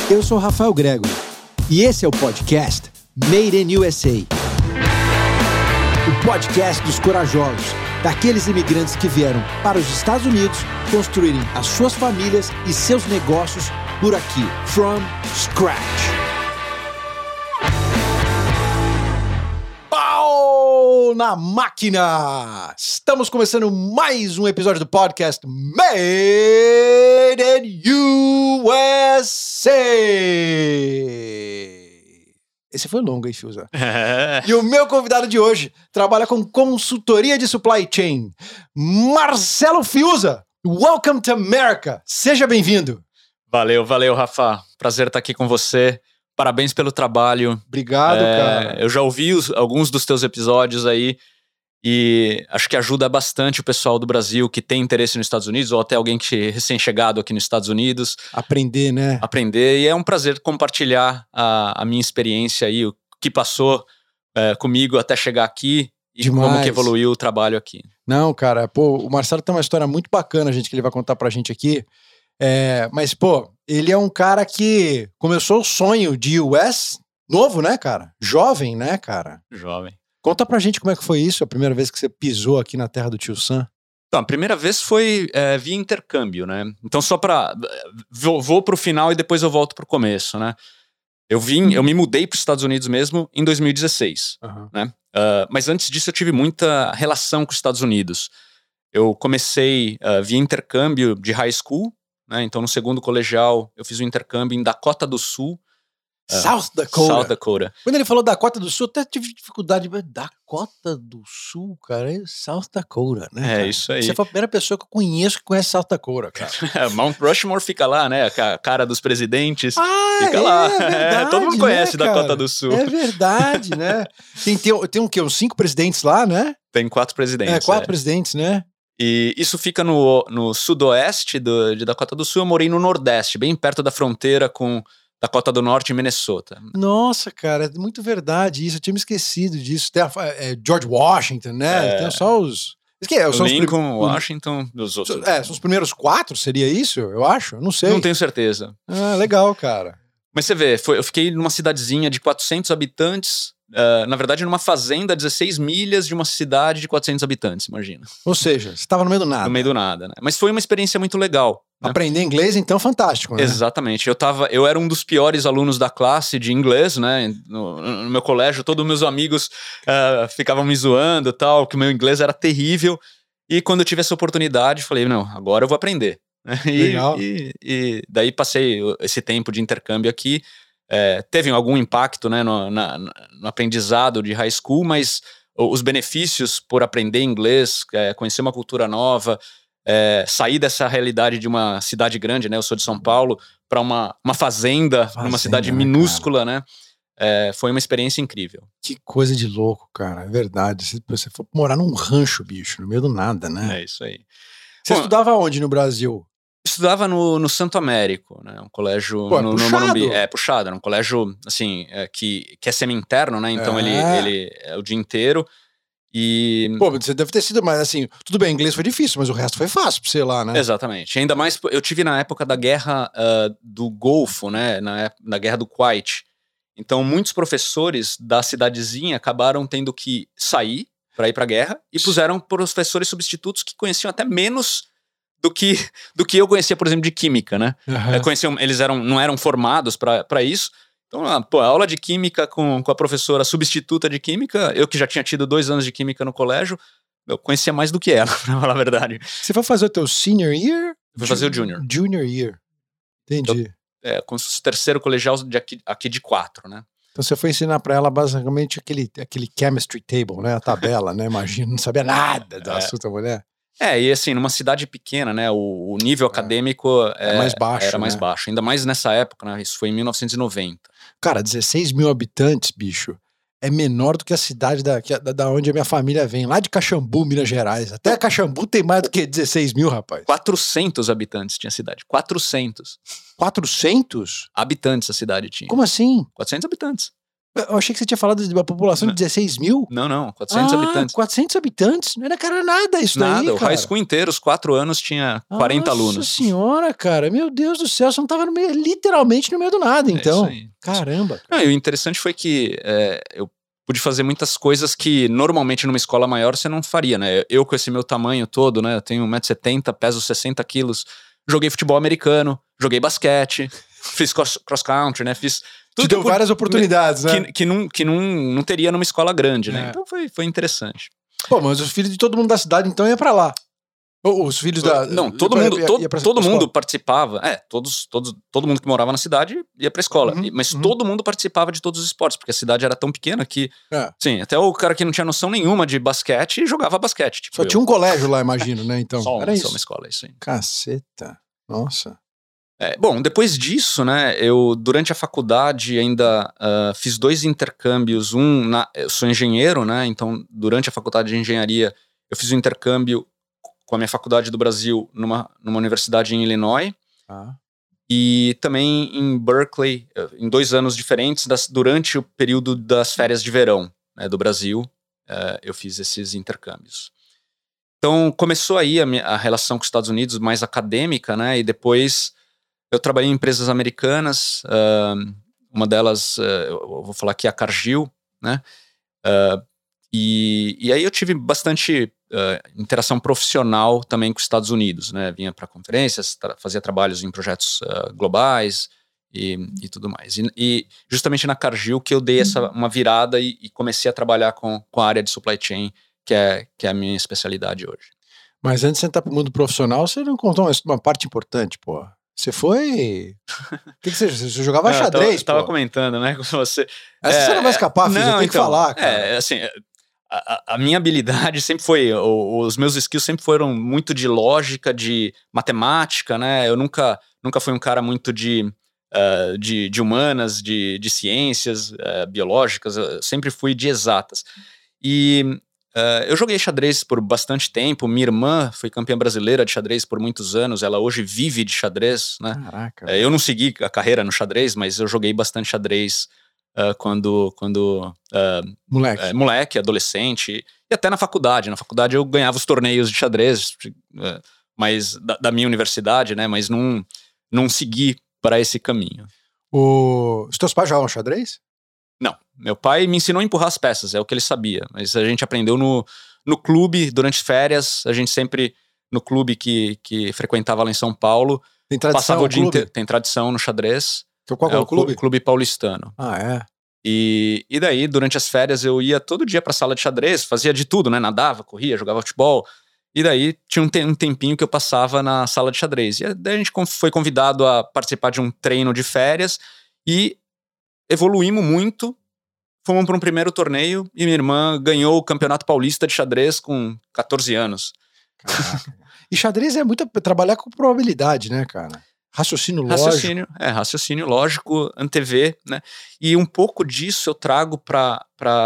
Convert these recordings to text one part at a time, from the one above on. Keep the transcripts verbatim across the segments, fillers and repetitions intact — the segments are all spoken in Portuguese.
Eu sou Rafael Gregory e esse é o podcast Made in U S A. O podcast dos corajosos, daqueles imigrantes que vieram para os Estados Unidos construírem as suas famílias e seus negócios por aqui, from scratch. Pau na máquina! Estamos começando mais um episódio do podcast Made in U S A. Esse foi longo, hein, Fiuza? É. E o meu convidado de hoje trabalha com consultoria de supply chain. Marcelo Fiuza, welcome to America. Seja bem-vindo. Valeu, valeu, Rafa. Prazer estar aqui com você. Parabéns pelo trabalho. Obrigado, é, cara. Eu já ouvi os, alguns dos teus episódios aí e acho que ajuda bastante o pessoal do Brasil que tem interesse nos Estados Unidos ou até alguém que é recém-chegado aqui nos Estados Unidos. Aprender, né? Aprender. E é um prazer compartilhar a, a minha experiência aí, o que passou é, comigo até chegar aqui e Demais. Como que evoluiu o trabalho aqui. Não, cara, pô, o Marcelo tem uma história muito bacana, gente, que ele vai contar pra gente aqui. É, mas, pô, ele é um cara que começou o sonho de U S novo, né, cara? Jovem, né, cara? Jovem. Conta pra gente como é que foi isso, a primeira vez que você pisou aqui na terra do tio Sam. Então, a primeira vez foi é, via intercâmbio, né? Então, só pra... Vou, vou pro final e depois eu volto pro começo, né? Eu vim, eu me mudei pros Estados Unidos mesmo em dois mil e dezesseis, uhum. né? Uh, mas antes disso eu tive muita relação com os Estados Unidos. Eu comecei uh, via intercâmbio de high school, né? Então, no segundo colegial, eu fiz um intercâmbio em Dakota do Sul. South Dakota. South Dakota. Quando ele falou Dakota do Sul, eu até tive dificuldade. Dakota do Sul, cara, é South Dakota, né? É, cara? isso aí. Você foi a primeira pessoa que eu conheço que conhece South Dakota, cara. Mount Rushmore fica lá, né? A cara dos presidentes ah, fica é, lá. É verdade, é, todo mundo conhece né, Dakota do Sul. É verdade, né? Tem, tem, tem um quê? Uns cinco presidentes lá, né? Tem quatro presidentes. É, quatro é. presidentes, né? E isso fica no, no sudoeste do, de Dakota do Sul. Eu morei no nordeste, bem perto da fronteira com Dakota do Norte e Minnesota. Nossa, cara, é muito verdade isso. Eu tinha me esquecido disso. Tem a, é, George Washington, né? É. Tem só os... Que é, são Lincoln, os prim... Washington, os outros. É, são os primeiros quatro, seria isso? Eu acho? Não sei. Não tenho certeza. Ah, legal, cara. Mas você vê, foi, eu fiquei numa cidadezinha de quatrocentos habitantes, uh, na verdade numa fazenda a dezesseis milhas de uma cidade de quatrocentos habitantes, imagina. Ou seja, você estava no meio do nada. No meio do nada, né? Mas foi uma experiência muito legal. Né? Aprender inglês, então, fantástico, né? Exatamente. Eu, tava, eu era um dos piores alunos da classe de inglês, né? No, no meu colégio, todos os meus amigos uh, ficavam me zoando e tal, que o meu inglês era terrível. E quando eu tive essa oportunidade, falei, não, agora eu vou aprender. E, e, e daí passei esse tempo de intercâmbio aqui. É, teve algum impacto, né, no, na, no aprendizado de high school, mas os benefícios por aprender inglês, é, conhecer uma cultura nova, é, sair dessa realidade de uma cidade grande, né, eu sou de São Paulo, para uma, uma fazenda, fazenda, numa cidade minúscula, cara. né? É, foi uma experiência incrível. Que coisa de louco, cara, é verdade. Você, você foi morar num rancho, bicho, no meio do nada, né? É isso aí. Você Bom, estudava onde no Brasil? Estudava no, no Santo Américo, né? Um colégio Pô, é no, no Morumbi. É, puxado. Era um colégio, assim, é, que, que é semi-interno, né? Então é. Ele, ele é o dia inteiro. E... Pô, você deve ter sido, mas assim, tudo bem, inglês foi difícil, mas o resto foi fácil pra você lá, né? Exatamente. Ainda mais, eu tive na época da guerra uh, do Golfo, né? Na, na guerra do Kuwait. Então, muitos professores da cidadezinha acabaram tendo que sair para ir para a guerra e puseram professores substitutos que conheciam até menos do que, do que eu conhecia, por exemplo, de química, né? Uhum. Conheciam, eles eram, não eram formados para isso. Então, a, pô, a aula de química com, com a professora substituta de química, eu que já tinha tido dois anos de química no colégio, eu conhecia mais do que ela, pra falar a verdade. Você foi fazer o teu senior year? Vou fazer o junior. Junior year. Entendi. Eu, É, como se fosse o terceiro colegial de aqui, aqui de quatro, né? Então você foi ensinar pra ela basicamente aquele, aquele chemistry table, né? A tabela, né? Imagina, não sabia nada do é. assunto da mulher. É, e assim, numa cidade pequena, né? O, o nível é. acadêmico é, é mais baixo, era mais né? baixo. Ainda mais nessa época, né? Isso foi em mil novecentos e noventa. Cara, dezesseis mil habitantes, bicho. É menor do que a cidade da, da, da onde a minha família vem, lá de Caxambu, Minas Gerais. Até Caxambu tem mais do que dezesseis mil, rapaz. quatrocentos habitantes tinha a cidade. quatrocentos. quatrocentos? Habitantes a cidade tinha. Como assim? quatrocentos habitantes. Eu achei que você tinha falado de uma população não. de dezesseis mil. Não, não, quatrocentos ah, habitantes. quatrocentos habitantes? Não era, cara, nada isso nada, daí, Nada, o cara. high school inteiro, os quatro anos, tinha quarenta Nossa alunos. Nossa senhora, cara, meu Deus do céu, você não tava no meio, literalmente no meio do nada, então. É isso aí. Caramba. Não, e o interessante foi que é, eu pude fazer muitas coisas que normalmente numa escola maior você não faria, né? Eu com esse meu tamanho todo, né? Eu tenho um metro e setenta, peso sessenta quilos, joguei futebol americano, joguei basquete, fiz cross-country, né? Fiz tudo. Te deu por, várias oportunidades, que, né? Que, que, não, que não, não teria numa escola grande, né? É. Então foi, foi interessante. Pô, mas os filhos de todo mundo da cidade então ia pra lá. Os filhos da... Não, todo ia mundo, pra, todo, ia pra, todo pra mundo participava. É, todos, todos, todo mundo que morava na cidade ia pra escola. Uhum, mas uhum. todo mundo participava de todos os esportes, porque a cidade era tão pequena que... É. Sim, até o cara que não tinha noção nenhuma de basquete jogava basquete. Tipo Só eu. tinha um colégio lá, imagino, né? Então, só, era uma, isso. só uma escola, isso aí. Caceta. Nossa. É, bom, depois disso, né, eu durante a faculdade ainda uh, fiz dois intercâmbios, um, na, eu sou engenheiro, né, então durante a faculdade de engenharia eu fiz um intercâmbio com a minha faculdade do Brasil numa, numa universidade em Illinois, ah. e também em Berkeley, em dois anos diferentes, das, durante o período das férias de verão, né, do Brasil, uh, eu fiz esses intercâmbios. Então começou aí a, minha, a relação com os Estados Unidos mais acadêmica, né, e depois... Eu trabalhei em empresas americanas, uh, uma delas, uh, eu vou falar aqui, a Cargill, né? Uh, e, e aí eu tive bastante uh, interação profissional também com os Estados Unidos, né? Vinha para conferências, tra- fazia trabalhos em projetos uh, globais e, e tudo mais. E, e justamente na Cargill que eu dei essa, uma virada e, e comecei a trabalhar com, com a área de supply chain, que é, que é a minha especialidade hoje. Mas antes de você entrar pro mundo profissional, você não contou uma, uma parte importante, pô. Você foi... O que, que você... Você jogava não, xadrez, eu tava, pô. tava comentando, né, com você. Essa é, você não vai escapar, filho, não, eu tenho então, que falar, cara. É, assim, a, a minha habilidade sempre foi... O, os meus skills sempre foram muito de lógica, de matemática, né? Eu nunca, nunca fui um cara muito de, uh, de, de humanas, de, de ciências uh, biológicas. Eu sempre fui de exatas. E... Uh, eu joguei xadrez por bastante tempo. Minha irmã foi campeã brasileira de xadrez por muitos anos. Ela hoje vive de xadrez, né? Caraca. Uh, eu não segui a carreira no xadrez, mas eu joguei bastante xadrez uh, quando, quando uh, moleque. Uh, moleque, adolescente. E até na faculdade. Na faculdade eu ganhava os torneios de xadrez, uh, mas da, da minha universidade, né? Mas não, não segui para esse caminho. O... Os teus pais jogavam xadrez? Não, meu pai me ensinou a empurrar as peças, é o que ele sabia, mas a gente aprendeu no, no clube, durante férias, a gente sempre, no clube que, que frequentava lá em São Paulo, tem tradição, passava o dia clube? inteiro, tem tradição no xadrez. Então, qual é, é o clube? O clube paulistano. Ah, é? E, e daí, durante as férias, eu ia todo dia pra sala de xadrez, fazia de tudo, né, nadava, corria, jogava futebol, e daí tinha um, te- um tempinho que eu passava na sala de xadrez, e daí a gente foi convidado a participar de um treino de férias, e evoluímos muito, fomos para um primeiro torneio e minha irmã ganhou o Campeonato Paulista de Xadrez com catorze anos. Caraca. E xadrez é muito trabalhar com probabilidade, né, cara? Raciocínio lógico. Raciocínio, é, raciocínio lógico, antever, né? E um pouco disso eu trago para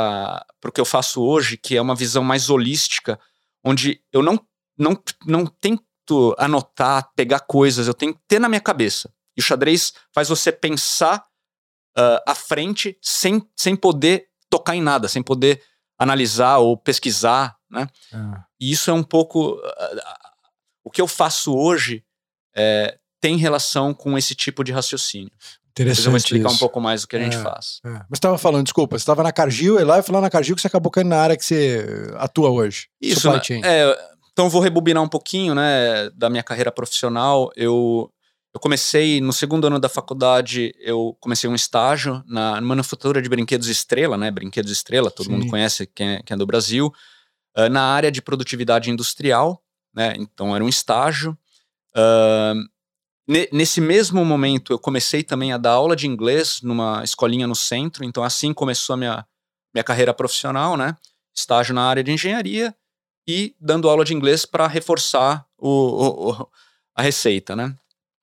o que eu faço hoje, que é uma visão mais holística, onde eu não, não, não tento anotar, pegar coisas, eu tenho que ter na minha cabeça. E o xadrez faz você pensar Uh, à frente sem, sem poder tocar em nada, sem poder analisar ou pesquisar, né? Ah. E isso é um pouco... Uh, uh, o que eu faço hoje é, tem relação com esse tipo de raciocínio. Interessante. Depois eu vou explicar isso. um pouco mais do que a é, gente faz. É. Mas você estava falando, desculpa, você estava na Cargill e lá eu falar na Cargill que você acabou caindo na área que você atua hoje. Isso, supply né? chain. É, então eu vou rebobinar um pouquinho, né, da minha carreira profissional. Eu... Eu comecei, no segundo ano da faculdade, eu comecei um estágio na manufatura de brinquedos Estrela, né? Brinquedos Estrela, todo Sim. mundo conhece quem é, quem é do Brasil, uh, na área de produtividade industrial, né? Então era um estágio. Uh, ne- nesse mesmo momento, eu comecei também a dar aula de inglês numa escolinha no centro, então assim começou a minha, minha carreira profissional, né? Estágio na área de engenharia e dando aula de inglês para reforçar o, o, o, a receita, né?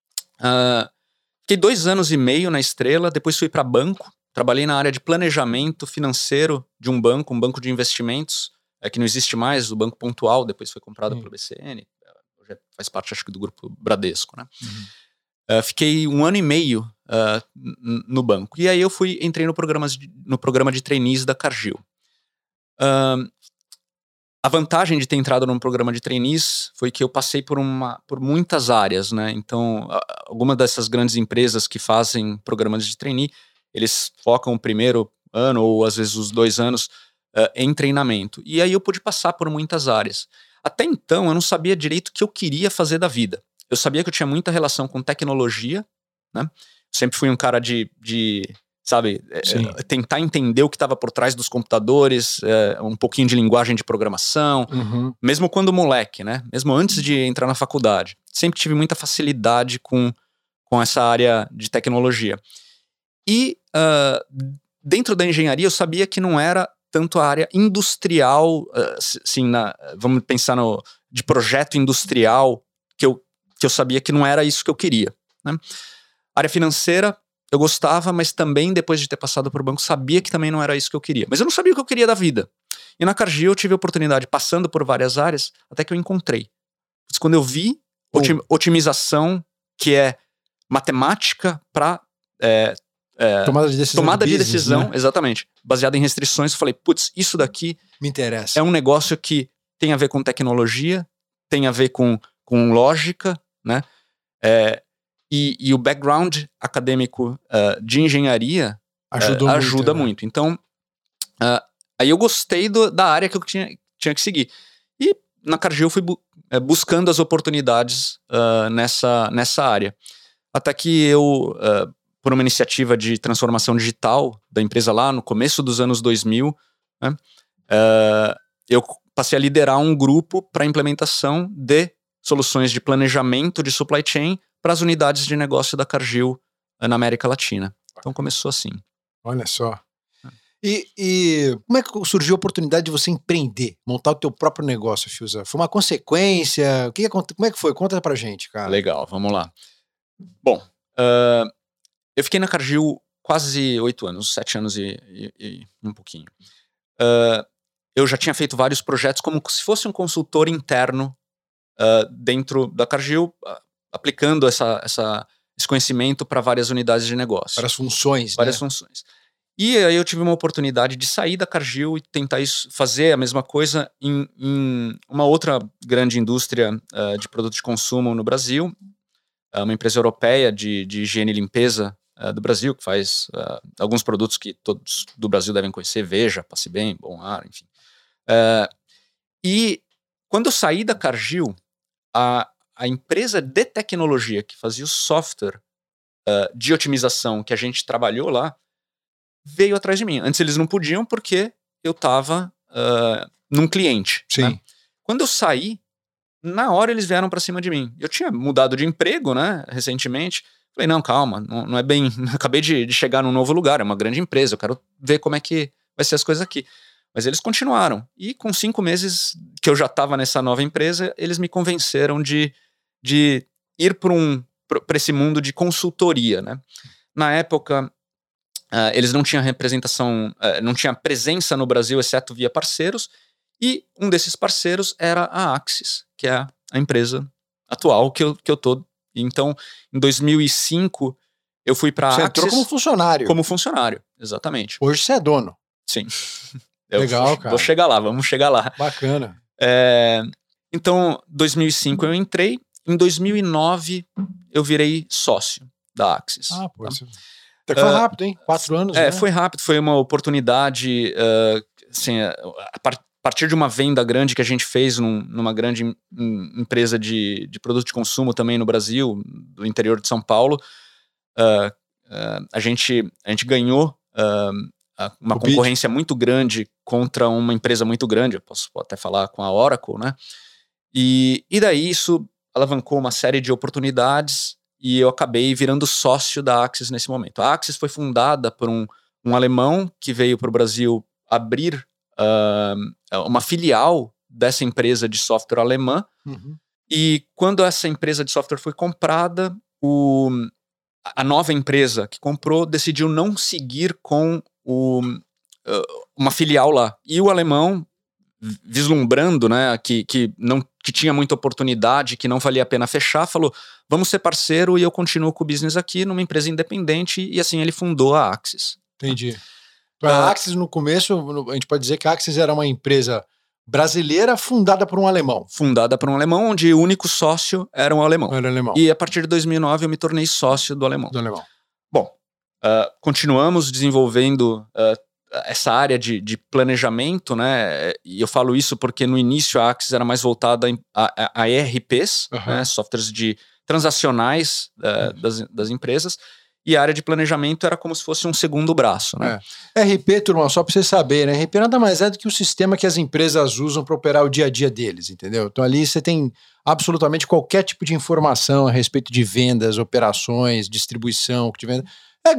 Uh, fiquei dois anos e meio na Estrela, depois fui para banco, trabalhei na área de planejamento financeiro de um banco, um banco de investimentos, é, que não existe mais, o Banco Pontual, depois foi comprado Sim. pelo B C N, já faz parte, acho que, do grupo Bradesco, né? Uhum. Uh, fiquei um ano e meio uh, no banco. E aí eu fui, entrei no programa de, no programa de trainees da Cargill. Uh, a vantagem de ter entrado num programa de trainees foi que eu passei por, uma, por muitas áreas, né? Então, algumas dessas grandes empresas que fazem programas de trainee, eles focam o primeiro ano ou às vezes os dois anos uh, em treinamento. E aí eu pude passar por muitas áreas. Até então, eu não sabia direito o que eu queria fazer da vida. Eu sabia que eu tinha muita relação com tecnologia, né? Sempre fui um cara de, de sabe, é, tentar entender o que estava por trás dos computadores, é, um pouquinho de linguagem de programação, uhum. mesmo quando moleque, né? Mesmo antes de entrar na faculdade. Sempre tive muita facilidade com, com essa área de tecnologia. E uh, dentro da engenharia eu sabia que não era tanto a área industrial, uh, assim, na, vamos pensar no, de projeto industrial, que eu, que eu sabia que não era isso que eu queria, né? Área financeira, eu gostava, mas também, depois de ter passado por banco, sabia que também não era isso que eu queria. Mas eu não sabia o que eu queria da vida. E na Cargill eu tive a oportunidade, passando por várias áreas, até que eu encontrei. Quando eu vi otim, otimização, que é matemática para é, é, tomada de decisão, tomada de, de, business, decisão né? Exatamente, baseada em restrições, eu falei, putz, isso daqui me interessa. É um negócio que tem a ver com tecnologia, tem a ver com, com lógica, né? É, E, e o background acadêmico uh, de engenharia Ajudou uh, muito, ajuda né? muito. Então, uh, aí eu gostei do, da área que eu tinha, tinha que seguir. E na Cargill eu fui bu é, buscando as oportunidades uh, nessa, nessa área. Até que eu, uh, por uma iniciativa de transformação digital da empresa lá no começo dos anos dois mil, né, uh, eu passei a liderar um grupo para implementação de soluções de planejamento de supply chain para as unidades de negócio da Cargill na América Latina. Então começou assim. Olha só. E, e como é que surgiu a oportunidade de você empreender, montar o teu próprio negócio, Fiuza? Foi uma consequência? O que, como é que foi? Conta pra gente, cara. Legal, vamos lá. Bom, uh, eu fiquei na Cargill quase oito anos, sete anos e, e, e um pouquinho. Uh, eu já tinha feito vários projetos como se fosse um consultor interno uh, dentro da Cargill, uh, aplicando essa, essa, esse conhecimento para várias unidades de negócio. Várias funções, Várias né? funções. E aí eu tive uma oportunidade de sair da Cargill e tentar isso, fazer a mesma coisa em, em uma outra grande indústria uh, de produtos de consumo no Brasil, uh, uma empresa europeia de, de higiene e limpeza uh, do Brasil, que faz uh, alguns produtos que todos do Brasil devem conhecer, Veja, Passe Bem, Bom Ar, enfim. Uh, e quando eu saí da Cargill, a A empresa de tecnologia que fazia o software uh, de otimização que a gente trabalhou lá, veio atrás de mim. Antes eles não podiam porque eu estava uh, num cliente. Sim. Né? Quando eu saí, na hora eles vieram para cima de mim. Eu tinha mudado de emprego, né, recentemente. Falei, não, calma, não, não é bem... Acabei de, de chegar num novo lugar, é uma grande empresa, eu quero ver como é que vai ser as coisas aqui. Mas eles continuaram. E com cinco meses que eu já estava nessa nova empresa, eles me convenceram de de ir para um, para esse mundo de consultoria, né? Na época, uh, eles não tinham representação, uh, não tinha presença no Brasil, exceto via parceiros, e um desses parceiros era a Axis, que é a empresa atual que eu, que eu tô. Então, em dois mil e cinco, eu fui para a Axis... Você entrou como funcionário. Como funcionário, exatamente. Hoje você é dono. Sim. Legal, vou, cara. Vou chegar lá, vamos chegar lá. Bacana. É, então, em dois mil e cinco eu entrei. Em dois mil e nove, eu virei sócio da Axis. Ah, pô. Tá? Até que foi uh, rápido, hein? Quatro anos, É, né? foi rápido. Foi uma oportunidade, uh, assim, a partir de uma venda grande que a gente fez num, numa grande em, empresa de, de produto de consumo também no Brasil, do interior de São Paulo, uh, uh, a, gente, a gente ganhou uh, uma o concorrência bid. muito grande contra uma empresa muito grande, eu posso até falar com a Oracle, né? E, e daí isso alavancou uma série de oportunidades e eu acabei virando sócio da Axis nesse momento. A Axis foi fundada por um, um alemão que veio para o Brasil abrir uh, uma filial dessa empresa de software alemã. Uhum. E quando essa empresa de software foi comprada, o, a nova empresa que comprou decidiu não seguir com o, uh, uma filial lá. E o alemão vislumbrando, né, que, que, não, que tinha muita oportunidade, que não valia a pena fechar, falou, vamos ser parceiro e eu continuo com o business aqui numa empresa independente, e assim ele fundou a Axis. Entendi. Então, a Uh, Axis no começo, a gente pode dizer que a Axis era uma empresa brasileira fundada por um alemão. Fundada por um alemão, onde o único sócio era um alemão. Era alemão. E a partir de dois mil e nove eu me tornei sócio do alemão. Do alemão. Bom, uh, continuamos desenvolvendo uh, essa área de, de planejamento, né? E eu falo isso porque no início a Axis era mais voltada a, a, a E R Ps, uhum. né? Softwares de transacionais uh, uhum. das, das empresas. E a área de planejamento era como se fosse um segundo braço, né? É. R P, turma, só para você saber, né? R P nada mais é do que o sistema que as empresas usam para operar o dia a dia deles, entendeu? Então ali você tem absolutamente qualquer tipo de informação a respeito de vendas, operações, distribuição, de venda. É,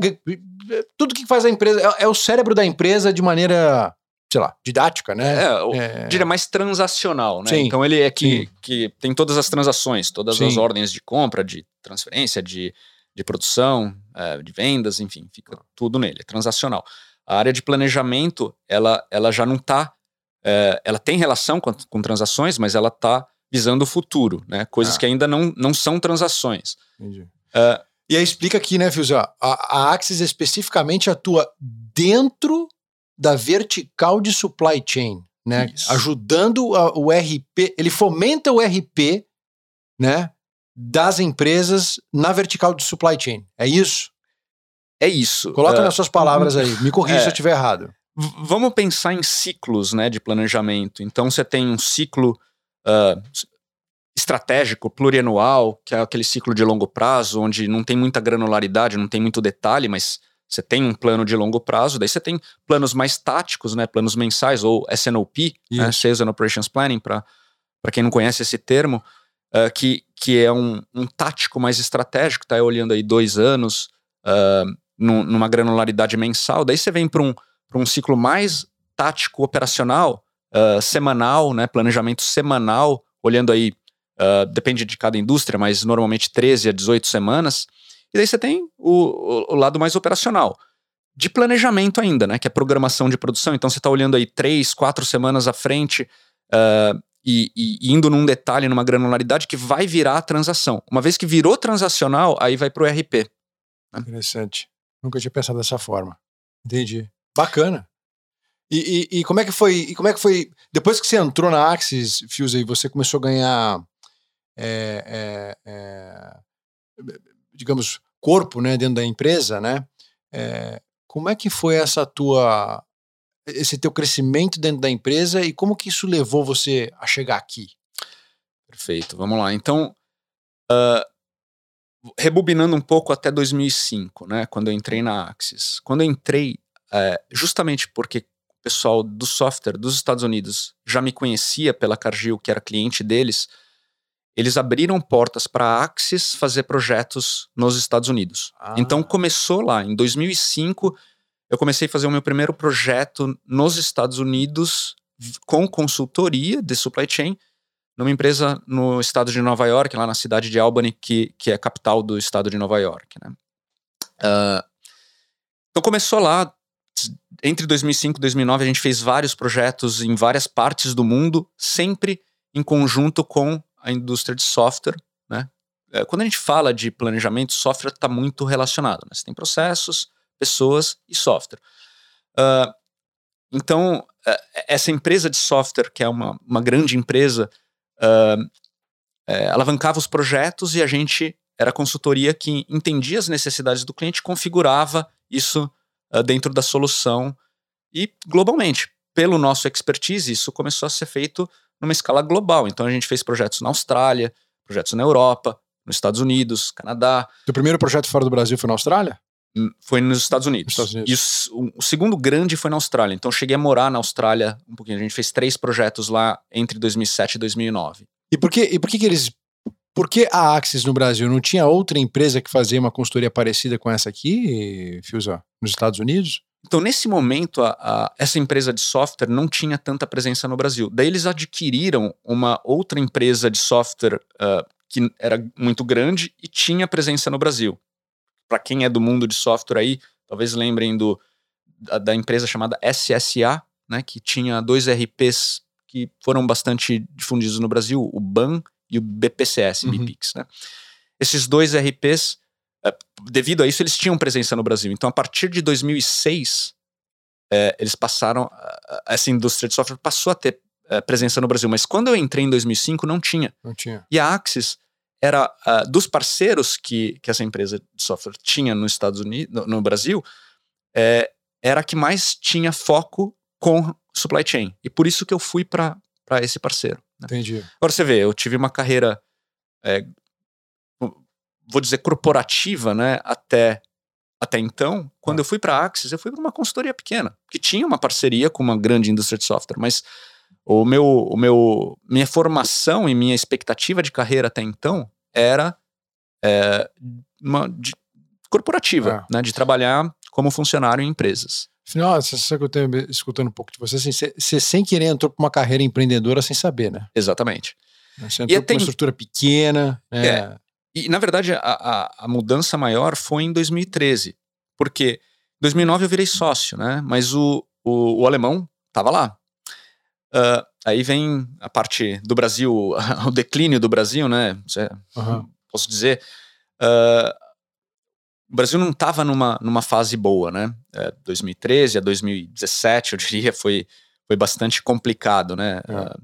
tudo que faz a empresa, é, é o cérebro da empresa de maneira, sei lá, didática, né? É, é... diria mais transacional, né? Sim, então ele é que, que tem todas as transações, todas sim. as ordens de compra, de transferência, de... de produção, é, de vendas, enfim, fica tudo nele, é transacional. A área de planejamento, ela, ela já não está, é, ela tem relação com, com transações, mas ela está visando o futuro, né? Coisas ah. que ainda não, não são transações. Entendi. É, e aí explica aqui, né, Fiuza, a, a Axis especificamente atua dentro da vertical de supply chain, né? Isso. Ajudando a, o R P, ele fomenta o R P, né? Das empresas na vertical de supply chain. É isso? É isso. Coloca uh, nas suas palavras aí. Me corrija é, se eu estiver errado. V- vamos pensar em ciclos, né, de planejamento. Então você tem um ciclo uh, estratégico, plurianual, que é aquele ciclo de longo prazo, onde não tem muita granularidade, não tem muito detalhe, mas você tem um plano de longo prazo. Daí você tem planos mais táticos, né, planos mensais, ou S N O P, né, Sales and Operations Planning, para quem não conhece esse termo. Uh, que, que é um, um tático mais estratégico, tá olhando aí dois anos, uh, num, numa granularidade mensal. Daí você vem para um, para um ciclo mais tático operacional, uh, semanal, né, planejamento semanal, olhando aí, uh, depende de cada indústria, mas normalmente treze a dezoito semanas. E daí você tem o, o, o lado mais operacional, de planejamento ainda, né, que é programação de produção. Então você está olhando aí três, quatro semanas à frente, uh, E, e indo num detalhe, numa granularidade que vai virar a transação. Uma vez que virou transacional, aí vai pro R P. Né? Interessante. Nunca tinha pensado dessa forma. Entendi. Bacana. E, e, e como é que foi? E como é que foi? Depois que você entrou na Axis, Fiuza, e você começou a ganhar, é, é, é, digamos, corpo, né, dentro da empresa, né? É, como é que foi essa tua esse teu crescimento dentro da empresa e como que isso levou você a chegar aqui? Perfeito, vamos lá. Então, uh, rebobinando um pouco até dois mil e cinco, né, quando eu entrei na Axis. Quando eu entrei, uh, justamente porque o pessoal do software dos Estados Unidos já me conhecia pela Cargill, que era cliente deles, eles abriram portas para a Axis fazer projetos nos Estados Unidos. Ah. Então começou lá, em dois mil e cinco... eu comecei a fazer o meu primeiro projeto nos Estados Unidos com consultoria de supply chain numa empresa no estado de Nova York, lá na cidade de Albany, que, que é a capital do estado de Nova York. Né? Uh, então começou lá, entre dois mil e cinco e dois mil e nove a gente fez vários projetos em várias partes do mundo, sempre em conjunto com a indústria de software. Né? Uh, quando a gente fala de planejamento, software está muito relacionado. Né? Você tem processos, pessoas e software. Uh, então, uh, essa empresa de software, que é uma, uma grande empresa, uh, uh, alavancava os projetos e a gente era consultoria que entendia as necessidades do cliente, configurava isso uh, dentro da solução e globalmente. Pelo nosso expertise, isso começou a ser feito numa escala global. Então, a gente fez projetos na Austrália, projetos na Europa, nos Estados Unidos, Canadá. O primeiro projeto fora do Brasil foi na Austrália? Foi nos Estados Unidos. Estados Unidos. E o, o segundo grande foi na Austrália. Então, eu cheguei a morar na Austrália um pouquinho. A gente fez três projetos lá entre dois mil e sete e dois mil e nove. E por que, e por que, que eles... Por que a Axis no Brasil? Não tinha outra empresa que fazia uma consultoria parecida com essa aqui, Fiuza, nos Estados Unidos? Então, nesse momento, a, a, essa empresa de software não tinha tanta presença no Brasil. Daí eles adquiriram uma outra empresa de software uh, que era muito grande e tinha presença no Brasil. Para quem é do mundo de software aí, talvez lembrem do, da, da empresa chamada S S A, né, que tinha dois R Ps que foram bastante difundidos no Brasil, o B A N e o B P C S, Uhum. Bpix, né? Esses dois R Ps, devido a isso, eles tinham presença no Brasil. Então, a partir de dois mil e seis, é, eles passaram, essa indústria de software passou a ter é, presença no Brasil. Mas quando eu entrei em dois mil e cinco, não tinha. Não tinha. E a Axis era, uh, dos parceiros que, que essa empresa de software tinha nos Estados Unidos, no, no Brasil, é, era a que mais tinha foco com supply chain. E por isso que eu fui para esse parceiro. Né? Entendi. Agora você vê, eu tive uma carreira, é, vou dizer, corporativa, né, até, até então. Quando ah. eu fui para a Axis, eu fui para uma consultoria pequena, que tinha uma parceria com uma grande indústria de software, mas o meu, o meu, minha formação e minha expectativa de carreira até então era é, uma, de, corporativa, ah. né, de trabalhar como funcionário em empresas. Afinal, você sabe que eu tenho escutando um pouco de você, assim, você, você sem querer entrou para uma carreira empreendedora sem saber, né? Exatamente. Você entrou para uma estrutura pequena. É, é. E, na verdade, a, a, a mudança maior foi em dois mil e treze. Porque em dois mil e nove eu virei sócio, né? Mas o, o, o alemão estava lá. Uh, aí vem a parte do Brasil, o declínio do Brasil, né? Uhum. Posso dizer. Uh, o Brasil não estava numa, numa fase boa, né? É, dois mil e treze a dois mil e dezessete, eu diria, foi, foi bastante complicado, né? Uhum. Uh,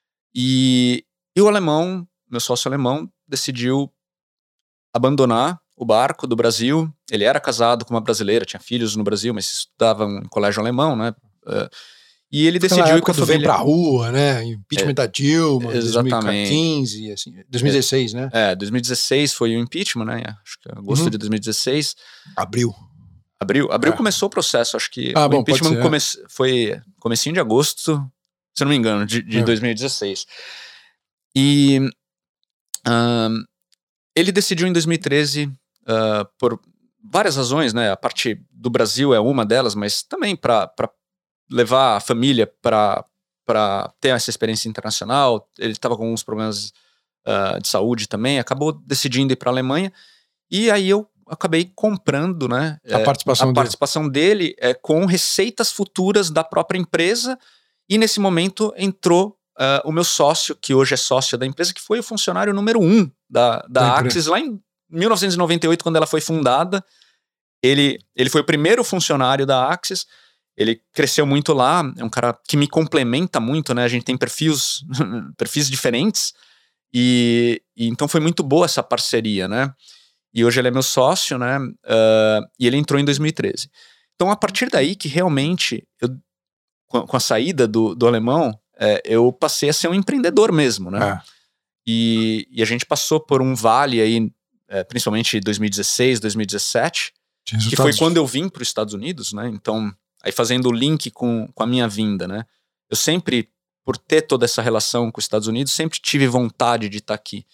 e, e o alemão, meu sócio alemão, decidiu abandonar o barco do Brasil. Ele era casado com uma brasileira, tinha filhos no Brasil, mas estudava em colégio alemão, né? Uh, e ele Naquela decidiu época que a família... veio pra rua, né? Impeachment é, da Dilma, exatamente. dois mil e quinze, assim, dois mil e dezesseis, é, né? É, dois mil e dezesseis foi o impeachment, né? Acho que agosto uhum. de dois mil e dezesseis. Abril. Abril, abril é. começou o processo, acho que ah, o bom, impeachment ser, come... é. foi comecinho de agosto, se eu não me engano, de, de é. dois mil e dezesseis. E um, ele decidiu em dois mil e treze, uh, por várias razões, né? A parte do Brasil é uma delas, mas também para levar a família para ter essa experiência internacional. Ele estava com alguns problemas uh, de saúde também, acabou decidindo ir para a Alemanha, e aí eu acabei comprando, né, a é, participação, a dele. participação dele é, com receitas futuras da própria empresa, e nesse momento entrou uh, o meu sócio, que hoje é sócio da empresa, que foi o funcionário número um da, da, da Axis, lá em mil novecentos e noventa e oito, quando ela foi fundada. Ele, ele foi o primeiro funcionário da Axis. Ele cresceu muito lá, é um cara que me complementa muito, né? A gente tem perfis, perfis diferentes, e, e então foi muito boa essa parceria, né? E hoje ele é meu sócio, né? Uh, e ele entrou em dois mil e treze. Então, a partir daí que realmente, eu, com, com a saída do, do alemão, é, eu passei a ser um empreendedor mesmo, né? É. E, e a gente passou por um vale aí, é, principalmente dois mil e dezesseis, dois mil e dezessete, que foi quando eu vim para os Estados Unidos, né? Então... Aí fazendo o link com, com a minha vinda, né? Eu sempre, por ter toda essa relação com os Estados Unidos, sempre tive vontade de estar aqui.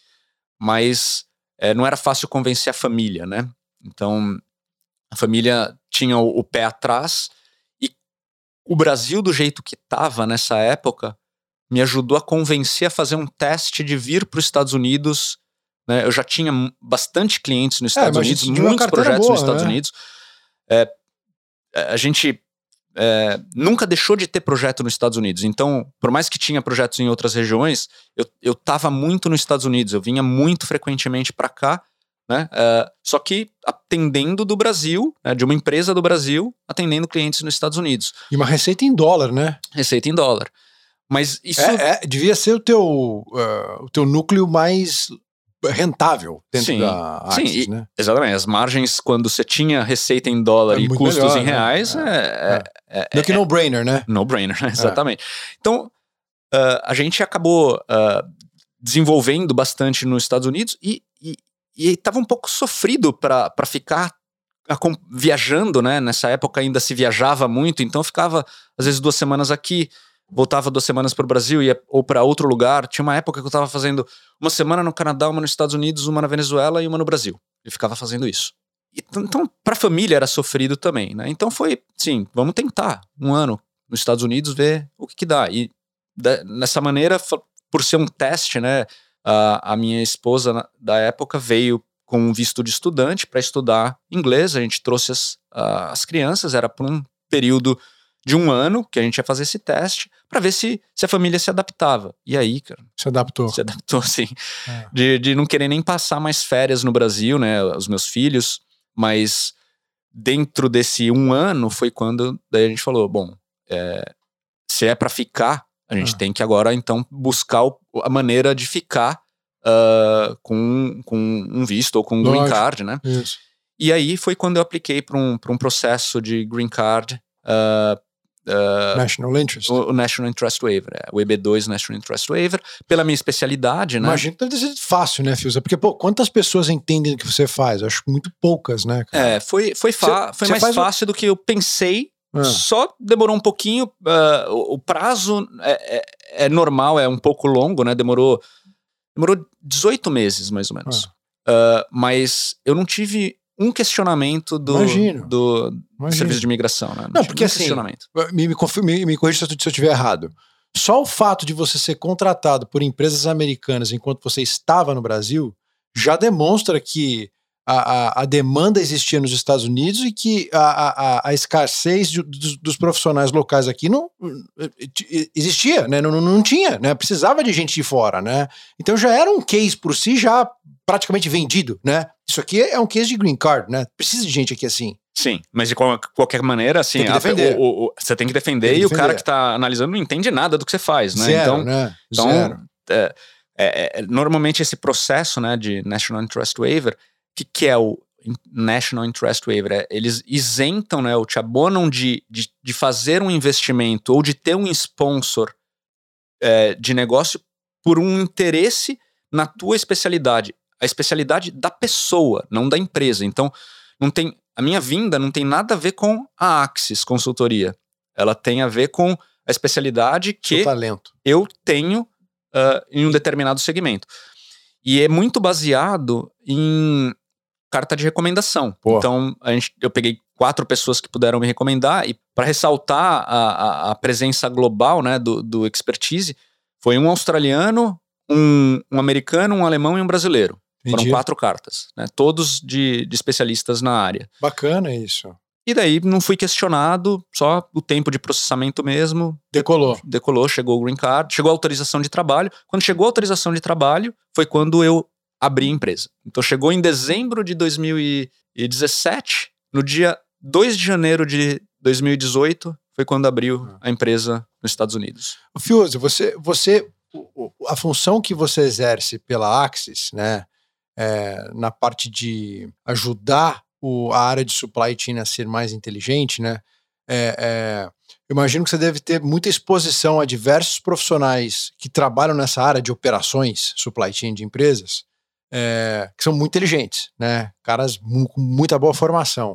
Mas é, não era fácil convencer a família, né? Então, a família tinha o, o pé atrás, e o Brasil, do jeito que estava nessa época, me ajudou a convencer a fazer um teste de vir para os Estados Unidos, né? Eu já tinha bastante clientes nos Estados é, Unidos, muitos projetos boa, nos Estados né? Unidos. É, a gente... É, nunca deixou de ter projeto nos Estados Unidos. Então, por mais que tinha projetos em outras regiões, eu, eu tava muito nos Estados Unidos, eu vinha muito frequentemente para cá, né? É, só que atendendo do Brasil, né, de uma empresa do Brasil, atendendo clientes nos Estados Unidos. E uma receita em dólar, né? Receita em dólar. Mas isso... É, é, devia ser o teu, uh, o teu núcleo mais rentável dentro sim, da Axis, sim, e, né? Exatamente. As margens, quando você tinha receita em dólar é e custos melhor, em reais, né? é, é, é, é, é que no-brainer, né? No-brainer, exatamente. É. Então, uh, a gente acabou uh, desenvolvendo bastante nos Estados Unidos e estava um pouco sofrido para ficar a, viajando, né? Nessa época ainda se viajava muito, então eu ficava, às vezes, duas semanas aqui, voltava duas semanas para o Brasil, ia, ou para outro lugar. Tinha uma época que eu estava fazendo uma semana no Canadá, uma nos Estados Unidos, uma na Venezuela e uma no Brasil. Eu ficava fazendo isso. E, então, para a família era sofrido também, né? Então foi, sim, vamos tentar um ano nos Estados Unidos, ver o que, que dá. E de, nessa maneira, por ser um teste, né? A, a minha esposa na, da época veio com um visto de estudante para estudar inglês. A gente trouxe as, a, as crianças, era por um período de um ano, que a gente ia fazer esse teste, para ver se, se a família se adaptava. E aí, cara... Se adaptou. Se adaptou, sim. É. De, de não querer nem passar mais férias no Brasil, né? Os meus filhos. Mas dentro desse um ano foi quando daí a gente falou, bom, é, se é para ficar, a gente ah. tem que agora, então, buscar o, a maneira de ficar uh, com, com um visto ou com um green card, né? Isso. E aí foi quando eu apliquei para um, para um processo de green card... Uh, Uh, National Interest. O, o National Interest Waiver, é, o E B dois National Interest Waiver, pela minha especialidade, né? Imagino que deve ter sido fácil, né, Fiuza? Porque, pô, quantas pessoas entendem o que você faz? Eu acho muito poucas, né, cara? É, foi, foi, fa- foi mais fácil o... do que eu pensei, ah. só demorou um pouquinho, uh, o, o prazo é, é, é normal, é um pouco longo, né, demorou, demorou dezoito meses, mais ou menos. Ah. Uh, mas eu não tive... um questionamento do, do, do serviço de imigração, né? Não, não porque um assim, me, me, me, me corrija se eu estiver errado. Só o fato de você ser contratado por empresas americanas enquanto você estava no Brasil já demonstra que a, a, a demanda existia nos Estados Unidos e que a, a, a escassez de, dos, dos profissionais locais aqui não existia, né? Não, não, não tinha, né? Precisava de gente de fora, né? Então já era um case por si já praticamente vendido, né? Isso aqui é um case de green card, né? Precisa de gente aqui assim. Sim, mas de qual, qualquer maneira, assim, tem que defender. A, o, o, você tem que defender tem que e defender. O cara que tá analisando não entende nada do que você faz, né? Zero, então, né? então Zero. É, é, é, normalmente esse processo, né, de National Interest Waiver, o que, que é o National Interest Waiver? É, eles isentam, né, ou te abonam de, de, de fazer um investimento ou de ter um sponsor é, de negócio por um interesse na tua especialidade. A especialidade da pessoa, não da empresa. Então, não tem, a minha vinda não tem nada a ver com a Axis Consultoria. Ela tem a ver com a especialidade que talento. eu tenho uh, em um determinado segmento. E é muito baseado em carta de recomendação. Pô. Então, a gente, eu peguei quatro pessoas que puderam me recomendar e para ressaltar a, a, a presença global, né, do, do expertise, foi um australiano, um, um americano, um alemão e um brasileiro. Entendi. Foram quatro cartas, né? Todos de, de especialistas na área. Bacana isso. E daí não fui questionado, só o tempo de processamento mesmo. Decolou. Decolou, chegou o green card, chegou a autorização de trabalho. Quando chegou a autorização de trabalho, foi quando eu abri a empresa. Então chegou em dezembro de dois mil e dezessete, no dia dois de janeiro de dois mil e dezoito, foi quando abriu a empresa nos Estados Unidos. Fiuza, você, você, a função que você exerce pela Axis, né? É, na parte de ajudar o, a área de supply chain a ser mais inteligente, né? É, é, eu imagino que você deve ter muita exposição a diversos profissionais que trabalham nessa área de operações, supply chain de empresas, é, que são muito inteligentes, né? Caras com muita boa formação.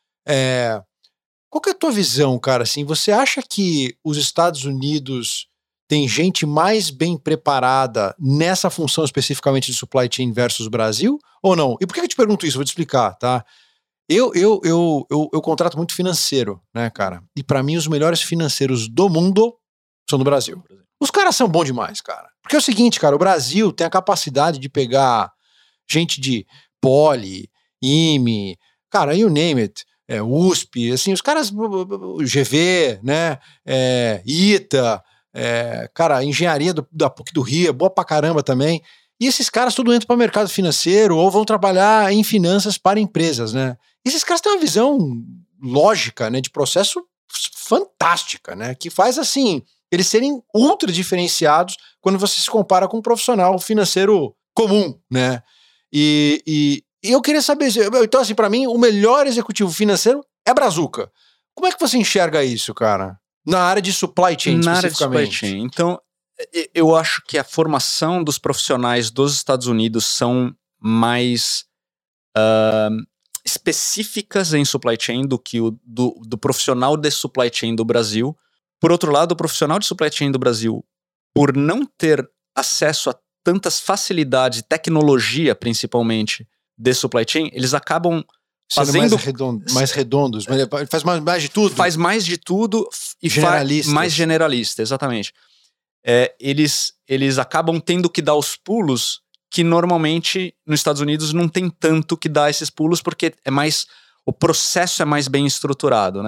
É, qual que é a tua visão, cara? Assim, você acha que os Estados Unidos tem gente mais bem preparada nessa função especificamente de supply chain versus Brasil ou não? E por que eu te pergunto isso? Vou te explicar, tá? Eu, eu, eu, eu, eu contrato muito financeiro, né, cara? E pra mim os melhores financeiros do mundo são do Brasil. Os caras são bons demais, cara. Porque é o seguinte, cara, o Brasil tem a capacidade de pegar gente de Poli, I M E, cara, you name it, é, U S P, assim, os caras, G V, né, é, ITA... É, cara, engenharia do, da P U C do Rio é boa pra caramba também. E esses caras tudo entram para o mercado financeiro ou vão trabalhar em finanças para empresas, né? E esses caras têm uma visão lógica, né, de processo fantástica, né? Que faz, assim, eles serem ultra diferenciados quando você se compara com um profissional financeiro comum, né? E, e, e eu queria saber, então, assim, para mim, o melhor executivo financeiro é Brazuca. Como é que você enxerga isso, cara? Na área de supply chain, Na especificamente. área de supply chain. Então, eu acho que a formação dos profissionais dos Estados Unidos são mais uh, específicas em supply chain do que o do, do profissional de supply chain do Brasil. Por outro lado, o profissional de supply chain do Brasil, por não ter acesso a tantas facilidades, tecnologia principalmente, de supply chain, eles acabam fazendo mais, redondo, mais redondos, mas faz mais, mais de tudo. Faz mais de tudo e faz mais generalista, exatamente. É, eles, eles acabam tendo que dar os pulos que normalmente nos Estados Unidos não tem tanto que dar esses pulos porque é mais, o processo é mais bem estruturado, né?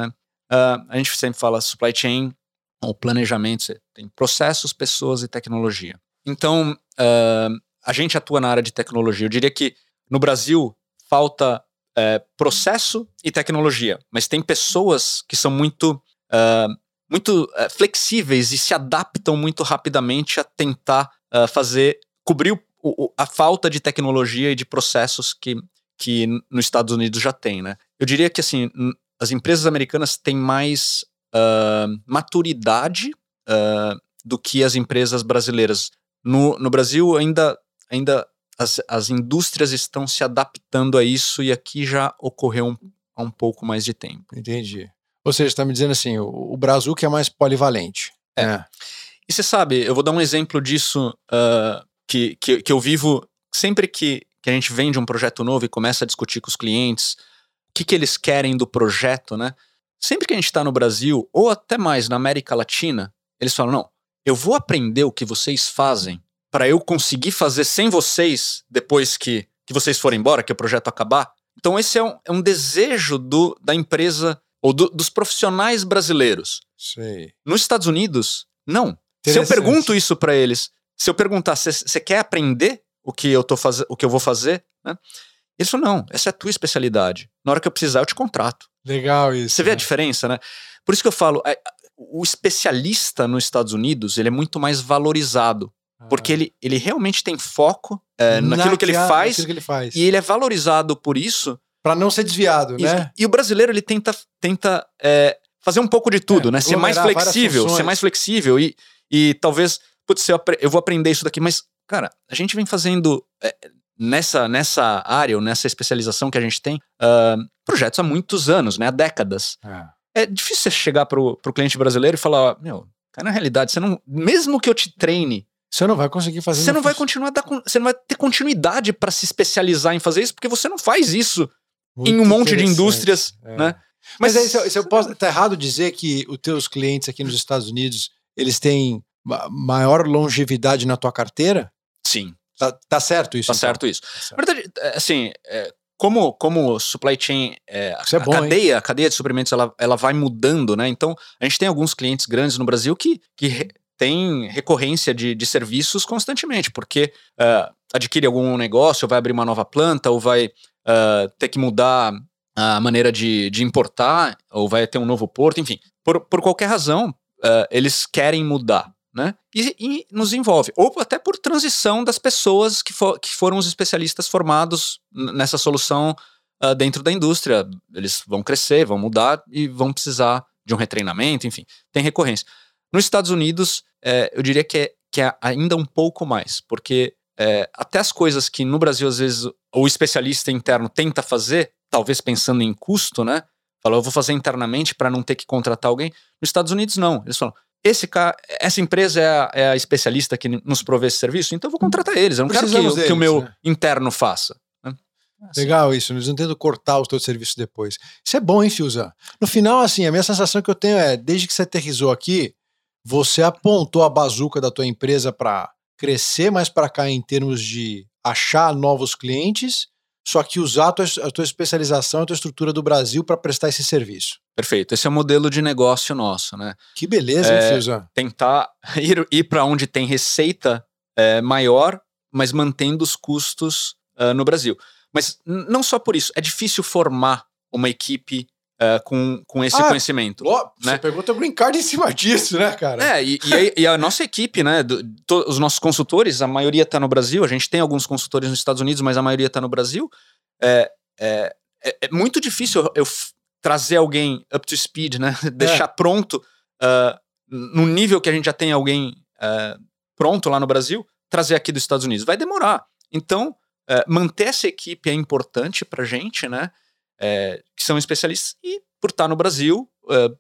uh, a gente sempre fala supply chain, o planejamento, você tem processos, pessoas e tecnologia. Então, uh, a gente atua na área de tecnologia. Eu diria que no Brasil falta uh, processo e tecnologia, mas tem pessoas que são muito, uh, muito uh, flexíveis e se adaptam muito rapidamente a tentar uh, fazer, cobrir o, o, a falta de tecnologia e de processos que, que nos Estados Unidos já tem, né? Eu diria que assim, as empresas americanas têm mais uh, maturidade uh, do que as empresas brasileiras. No, no Brasil, ainda, ainda as, as indústrias estão se adaptando a isso e aqui já ocorreu um, há um pouco mais de tempo. Entendi. Ou seja, você está me dizendo assim, o, o Brasil que é mais polivalente. É. É. E você sabe, eu vou dar um exemplo disso uh, que, que, que eu vivo sempre que, que a gente vende um projeto novo e começa a discutir com os clientes o que, que eles querem do projeto, né? Sempre que a gente está no Brasil, ou até mais na América Latina, eles falam, não, eu vou aprender o que vocês fazem para eu conseguir fazer sem vocês depois que, que vocês forem embora, que o projeto acabar. Então esse é um, é um desejo do, da empresa ou do, dos profissionais brasileiros. Sei. Nos Estados Unidos, não. Se eu pergunto isso para eles, se eu perguntar, você quer aprender o que eu, tô faz... o que eu vou fazer? Né? Eles falam, não, essa é a tua especialidade. Na hora que eu precisar, eu te contrato. Legal isso. Você vê né? a diferença, né? Por isso que eu falo, o especialista nos Estados Unidos, ele é muito mais valorizado. Ah. Porque ele, ele realmente tem foco é, naquilo, que ele faz, naquilo que ele faz. E ele é valorizado por isso. Para não ser desviado, e, né? E o brasileiro, ele tenta, tenta é, fazer um pouco de tudo, é, né? Ser mais flexível, ser mais flexível e, e talvez, putz, eu, eu vou aprender isso daqui, mas, cara, a gente vem fazendo... É, Nessa, nessa área, ou nessa especialização que a gente tem, uh, projetos há muitos anos, né? Há décadas. É, é difícil você chegar pro, pro cliente brasileiro e falar, meu, cara, na realidade, você não, mesmo que eu te treine, você não vai conseguir fazer. Você não vai continuar, dar, você não vai ter continuidade para se especializar em fazer isso, porque você não faz isso muito em um monte de indústrias, é. né? Mas, Mas aí, se eu, se eu posso, tá errado dizer que os teus clientes aqui nos Estados Unidos, eles têm maior longevidade na tua carteira? Sim. Tá, tá certo isso? Tá então? certo isso. Tá certo. Na verdade, assim, é, como, como supply chain, é, isso é a, bom, cadeia, hein? a cadeia de suprimentos, ela, ela vai mudando, né? Então, a gente tem alguns clientes grandes no Brasil que, que re, tem recorrência de, de serviços constantemente, porque uh, adquire algum negócio, ou vai abrir uma nova planta, ou vai uh, ter que mudar a maneira de, de importar, ou vai ter um novo porto, enfim. Por, por qualquer razão, uh, eles querem mudar. Né? E, e nos envolve, ou até por transição das pessoas que, for, que foram os especialistas formados nessa solução uh, dentro da indústria. Eles vão crescer, vão mudar e vão precisar de um retreinamento, enfim, tem recorrência. Nos Estados Unidos, é, eu diria que é, que é ainda um pouco mais, porque é, até as coisas que no Brasil, às vezes, o especialista interno tenta fazer, talvez pensando em custo, né? Fala, eu vou fazer internamente para não ter que contratar alguém. Nos Estados Unidos, não. Eles falam, Esse cara, essa empresa é a, é a especialista que nos provê esse serviço, então eu vou contratar eles. Eu não quero que, deles, que o meu né? interno faça. Né? Assim. Legal isso, eles não tentam cortar os teus serviços depois. Isso é bom, hein, Fiuza? No final, assim, a minha sensação que eu tenho é, desde que você aterrissou aqui, você apontou a bazuca da tua empresa para crescer mais para cá em termos de achar novos clientes, só que usar a tua, a tua especialização, a tua estrutura do Brasil para prestar esse serviço. Perfeito. Esse é o modelo de negócio nosso, né? Que beleza, é, hein, Fiuza? Tentar ir, ir para onde tem receita é, maior, mas mantendo os custos uh, no Brasil. Mas não só por isso. É difícil formar uma equipe uh, com, com esse ah, conhecimento. Ó, né? Você pegou teu green card em cima disso, né, cara? É, e, e, a, e a nossa equipe, né? Do, to, os nossos consultores, a maioria está no Brasil. A gente tem alguns consultores nos Estados Unidos, mas a maioria está no Brasil. É, é, é, é muito difícil eu, eu trazer alguém up to speed, né? Deixar é. pronto uh, no nível que a gente já tem alguém uh, pronto lá no Brasil, trazer aqui dos Estados Unidos. Vai demorar. Então, uh, manter essa equipe é importante pra gente, né? Uh, que são especialistas e, por estar no Brasil, uh,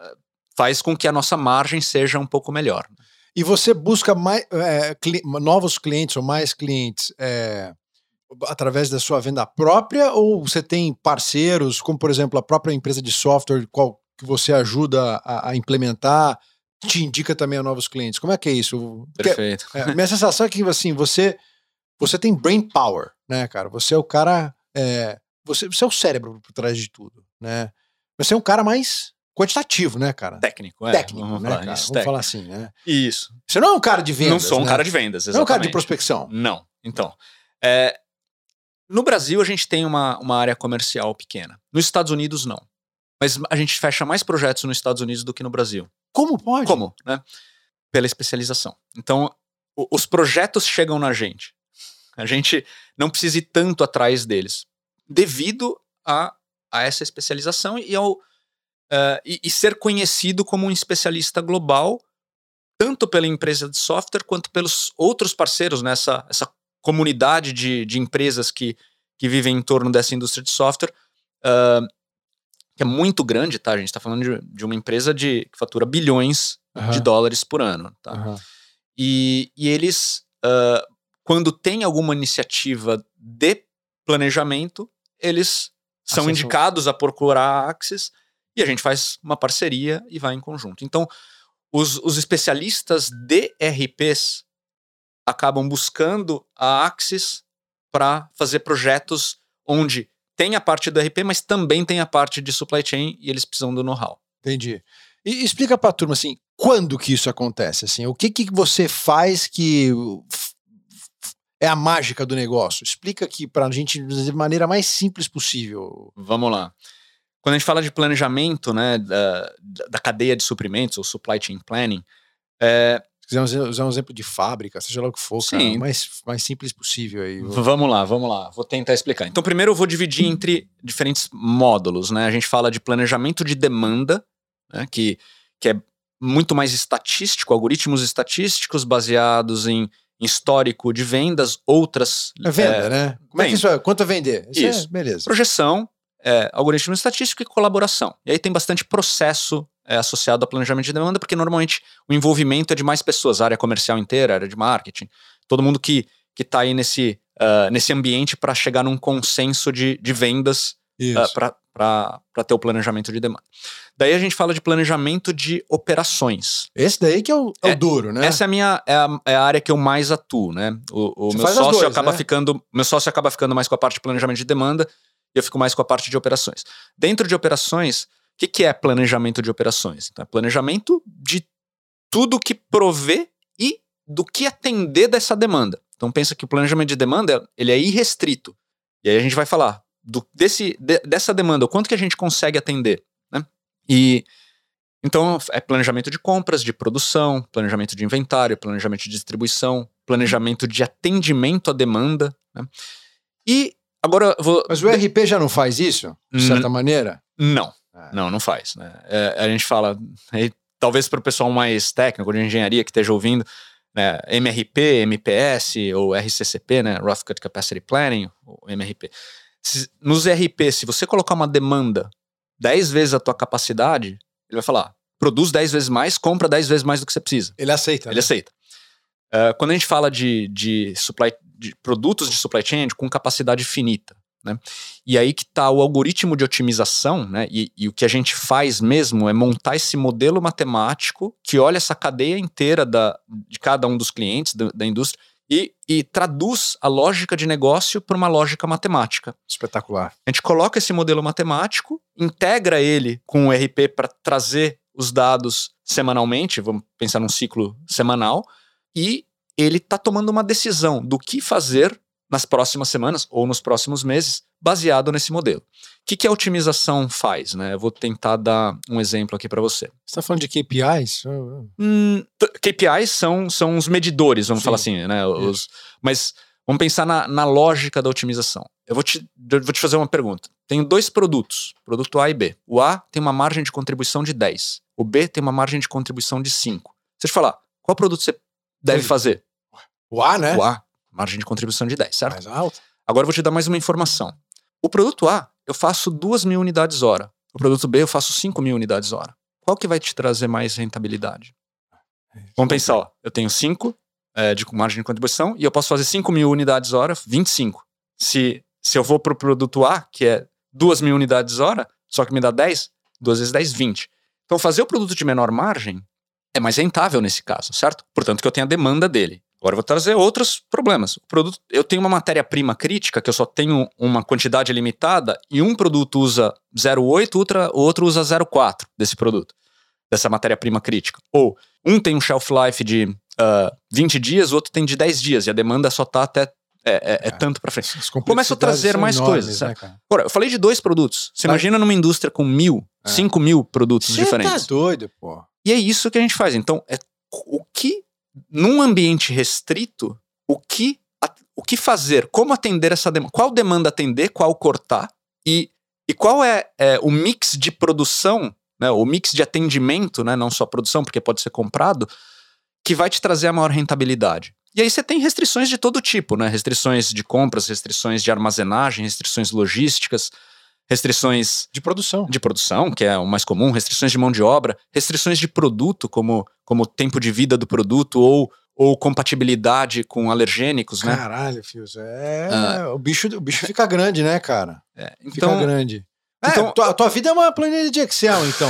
faz com que a nossa margem seja um pouco melhor. E você busca mais, é, cli- novos clientes ou mais clientes é, através da sua venda própria, ou você tem parceiros, como por exemplo a própria empresa de software qual, que você ajuda a, a implementar, te indica também a novos clientes? Como é que é isso? Perfeito. Porque, é, minha sensação é que assim, você, você tem brain power, né, cara? Você é o cara, é, você, você é o cérebro por trás de tudo, né? Você é um cara mais quantitativo, né, cara? Técnico, é. Técnico, vamos né, falar, cara? isso, Vamos técnico. falar assim, né? Isso. Você não é um cara de vendas, Não sou um né? cara de vendas, exatamente. Não é um cara de prospecção. Não. Então, é, no Brasil a gente tem uma, uma área comercial pequena. Nos Estados Unidos, não. Mas a gente fecha mais projetos nos Estados Unidos do que no Brasil. Como pode? Como? Né? Pela especialização. Então, o, os projetos chegam na gente. A gente não precisa ir tanto atrás deles. Devido a, a essa especialização e, ao, uh, e, e ser conhecido como um especialista global, tanto pela empresa de software quanto pelos outros parceiros nessa essa comunidade de, de empresas que, que vivem em torno dessa indústria de software, uh, que é muito grande, tá? A gente está falando de, de uma empresa de, que fatura bilhões uhum. de dólares por ano, tá? Uhum. E, e eles, uh, quando tem alguma iniciativa de planejamento, eles são Acessão. indicados a procurar a Axis e a gente faz uma parceria e vai em conjunto. Então, os, os especialistas de R Ps acabam buscando a Axis para fazer projetos onde tem a parte do R P, mas também tem a parte de supply chain e eles precisam do know-how. Entendi. E explica para a turma assim, quando que isso acontece? Assim, o que, que você faz que é a mágica do negócio? Explica aqui para a gente de maneira mais simples possível. Vamos lá. Quando a gente fala de planejamento, né, da, da cadeia de suprimentos, ou supply chain planning, é, se quiser usar um exemplo de fábrica, seja lá o que for, cara, o mais, mais simples possível aí. Vou... Vamos lá, vamos lá. Vou tentar explicar. Então, primeiro eu vou dividir entre diferentes módulos, né? A gente fala de planejamento de demanda, né, que, que é muito mais estatístico, algoritmos estatísticos baseados em, em histórico de vendas, outras... É venda, é, né? Como venda. é que isso é? Quanto é vender? Isso, isso. É, beleza. Projeção, é, algoritmo estatístico e colaboração. E aí tem bastante processo é, associado a planejamento de demanda, porque normalmente o envolvimento é de mais pessoas, a área comercial inteira, a área de marketing, todo mundo que que está aí nesse, uh, nesse ambiente para chegar num consenso de, de vendas uh, para ter o planejamento de demanda. Daí a gente fala de planejamento de operações. Esse daí que é o, é o duro, né? Essa é a minha é a, é a área que eu mais atuo, né? O, o meu sócio dois, acaba né? ficando, meu sócio acaba ficando mais com a parte de planejamento de demanda e eu fico mais com a parte de operações. Dentro de operações, o que, que é planejamento de operações? Então, é planejamento de tudo que provê e do que atender dessa demanda. Então pensa que o planejamento de demanda ele é irrestrito. E aí a gente vai falar do, desse, de, dessa demanda, o quanto que a gente consegue atender, né? E então é planejamento de compras, de produção, planejamento de inventário, planejamento de distribuição, planejamento de atendimento à demanda, né? E agora eu vou... Mas o R P já não faz isso, de certa N- maneira? Não, é. não, não faz, né? É, a gente fala, aí, talvez para o pessoal mais técnico de engenharia que esteja ouvindo, né, M R P, M P S ou R C C P, né, Rough Cut Capacity Planning, ou M R P. Se, nos R P, se você colocar uma demanda dez vezes a tua capacidade, ele vai falar, produz dez vezes mais, compra dez vezes mais do que você precisa. Ele aceita. Ele né? aceita. Uh, quando a gente fala de, de, supply, de produtos de supply chain com capacidade finita, né? E aí que está o algoritmo de otimização, né? E, e o que a gente faz mesmo é montar esse modelo matemático que olha essa cadeia inteira da, de cada um dos clientes da, da indústria e, e traduz a lógica de negócio para uma lógica matemática. Espetacular. A gente coloca esse modelo matemático, integra ele com o R P para trazer os dados semanalmente, vamos pensar num ciclo semanal, e ele está tomando uma decisão do que fazer nas próximas semanas ou nos próximos meses, baseado nesse modelo. O que, que a otimização faz? Né? Eu vou tentar dar um exemplo aqui para você. Você está falando de K P Is? Hum, K P Is são, são os medidores, vamos Sim. falar assim. Né? Os, mas vamos pensar na, na lógica da otimização. Eu vou, te, eu vou te fazer uma pergunta. Tenho dois produtos, produto A e B. O A tem uma margem de contribuição de dez. O B tem uma margem de contribuição de cinco. Se eu te falar, qual produto você deve fazer? O A, né? O A. Margem de contribuição de dez, certo? Mais alto. Agora eu vou te dar mais uma informação. O produto A, eu faço duas mil unidades hora. O produto B, eu faço cinco mil unidades hora. Qual que vai te trazer mais rentabilidade? Vamos pensar, ó. Eu tenho cinco é, de margem de contribuição e eu posso fazer cinco mil unidades hora, vinte e cinco. Se, se eu vou para o produto A, que é duas mil unidades hora, só que me dá dez, duas vezes dez, vinte. Então fazer o produto de menor margem é mais rentável nesse caso, certo? Portanto que eu tenho a demanda dele. Agora eu vou trazer outros problemas. O produto, eu tenho uma matéria-prima crítica que eu só tenho uma quantidade limitada e um produto usa zero vírgula oito, outra, o outro usa zero vírgula quatro desse produto, dessa matéria-prima crítica. Ou um tem um shelf life de uh, vinte dias, o outro tem de dez dias e a demanda só tá até é, é, é tanto para frente. Começa a trazer mais enormes, coisas. Né, cara? Agora, eu falei de dois produtos. Você tá. Imagina numa indústria com mil, é. cinco mil produtos Cê diferentes. Tá doido, pô. E é isso que a gente faz. Então, é o que num ambiente restrito, o que, a, o que fazer, como atender essa demanda, qual demanda atender, qual cortar e, e qual é, é o mix de produção, né, o mix de atendimento, né, não só produção, porque pode ser comprado, que vai te trazer a maior rentabilidade. E aí você tem restrições de todo tipo, né, restrições de compras, restrições de armazenagem, restrições logísticas, restrições de produção, de produção, que é o mais comum, restrições de mão de obra, restrições de produto, como como tempo de vida do produto ou, ou compatibilidade com alergênicos, né? Caralho, Fios, é, ah. o, bicho, o bicho fica grande, né, cara? É, então, fica grande. Então, é, tua, a tua vida é uma planilha de Excel, então.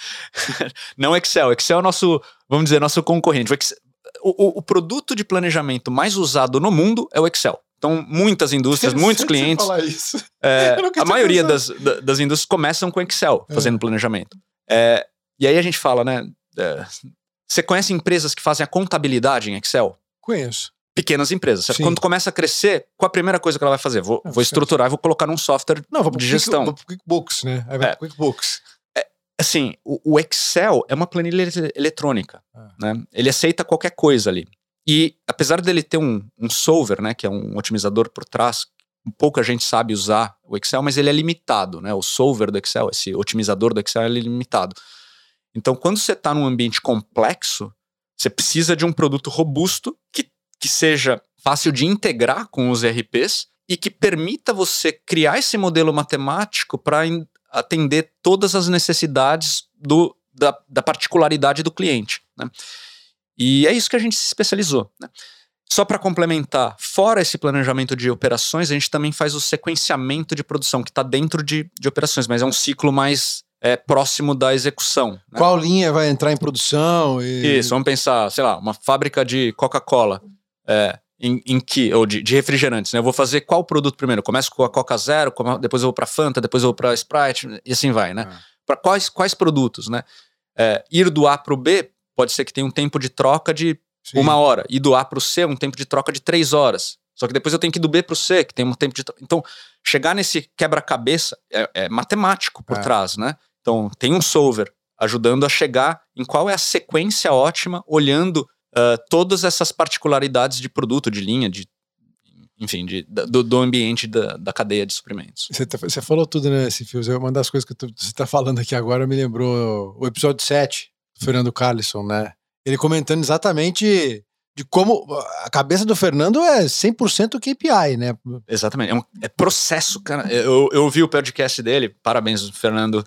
Não Excel, Excel é o nosso, vamos dizer, nosso concorrente. O, Excel, o, o produto de planejamento mais usado no mundo é o Excel. Então, muitas indústrias, muitos clientes, falar isso. É, a maioria das, das indústrias começam com Excel, fazendo é. planejamento. É, e aí a gente fala, né? É, você conhece empresas que fazem a contabilidade em Excel? Conheço. Pequenas empresas. Quando começa a crescer, qual a primeira coisa que ela vai fazer? Vou, Não, vou estruturar e vou colocar num software Não, vou pro de gestão. Vou pro QuickBooks, né? Aí vai é. pro QuickBooks. É, assim, o, o Excel é uma planilha eletrônica. Ah. Né? Ele aceita qualquer coisa ali. E apesar dele ter um, um solver, né, que é um otimizador por trás, pouca gente sabe usar o Excel, mas ele é limitado, né? O solver do Excel, esse otimizador do Excel, ele é limitado. Então, quando você está num ambiente complexo, você precisa de um produto robusto que, que seja fácil de integrar com os E R Ps e que permita você criar esse modelo matemático para atender todas as necessidades do, da, da particularidade do cliente, né? E é isso que a gente se especializou, né? Só para complementar, fora esse planejamento de operações, a gente também faz o sequenciamento de produção, que está dentro de, de operações, mas é um ciclo mais é, próximo da execução. Né? Qual linha vai entrar em produção? E... Isso, vamos pensar, sei lá, uma fábrica de Coca-Cola, é, em, em que, ou de, de refrigerantes, né? Eu vou fazer qual produto primeiro? Eu começo com a Coca Zero, depois eu vou para Fanta, depois eu vou para Sprite, e assim vai, né? Ah. Para quais, quais produtos, né? É, ir do A para o B pode ser que tenha um tempo de troca de Sim. uma hora. E do A para o C, um tempo de troca de três horas. Só que depois eu tenho que ir do B para o C, que tem um tempo de troca. Então, chegar nesse quebra-cabeça é, é matemático por é. trás, né? Então, tem um solver ajudando a chegar em qual é a sequência ótima, olhando uh, todas essas particularidades de produto, de linha, de, enfim, de, do, do ambiente da, da cadeia de suprimentos. Você, tá, você falou tudo, né, esse Fios? Uma das coisas que tô, você está falando aqui agora me lembrou o episódio sete. Fernando Carlson, né? Ele comentando exatamente de como a cabeça do Fernando é cem por cento K P I, né? Exatamente. É, um, é processo, cara. Eu, eu ouvi o podcast dele, parabéns, Fernando.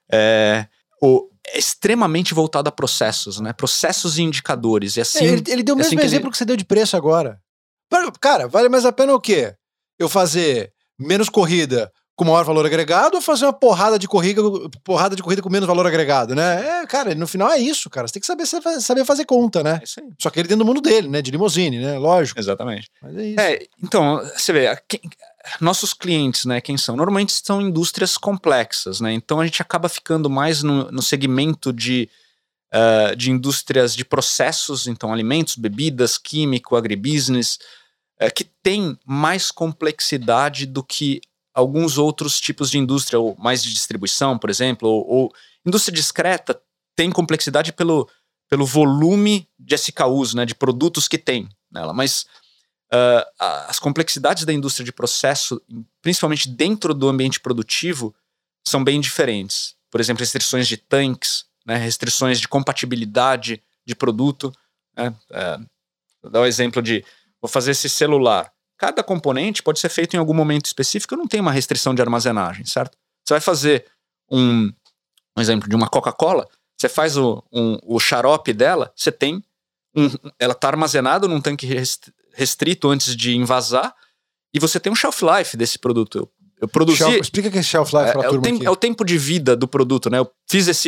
É, o, é extremamente voltado a processos, né? Processos e indicadores. E assim, é, ele, ele deu o mesmo assim exemplo que, ele... que você deu de preço agora. Cara, vale mais a pena o quê? Eu fazer menos corrida com maior valor agregado ou fazer uma porrada de corrida, porrada de corrida com menos valor agregado, né? É, cara, no final é isso, cara. Você tem que saber, saber fazer conta, né? É isso aí. Só que ele dentro do mundo dele, né? De limousine, né? Lógico. Exatamente. Mas é isso. É, então, você vê, quem, nossos clientes, né? Quem são? Normalmente são indústrias complexas, né? Então a gente acaba ficando mais no, no segmento de, uh, de indústrias de processos, então alimentos, bebidas, químico, agribusiness, uh, que tem mais complexidade do que alguns outros tipos de indústria, ou mais de distribuição, por exemplo, ou, ou indústria discreta tem complexidade pelo, pelo volume de S K Us, né, de produtos que tem nela, mas uh, as complexidades da indústria de processo, principalmente dentro do ambiente produtivo, são bem diferentes. Por exemplo, restrições de tanques, né, restrições de compatibilidade de produto. Né, uh, vou dar o um exemplo de, vou fazer esse celular. Cada componente pode ser feito em algum momento específico, não tem uma restrição de armazenagem, certo? Você vai fazer um, um exemplo de uma Coca-Cola, você faz o, um, o xarope dela, você tem, um, ela está armazenada num tanque restrito antes de invasar, e você tem um shelf life desse produto. Eu, eu produzi... Shelf, explica que é shelf life para a é, turma é, aqui. É o tempo de vida do produto, né? Eu fiz esse,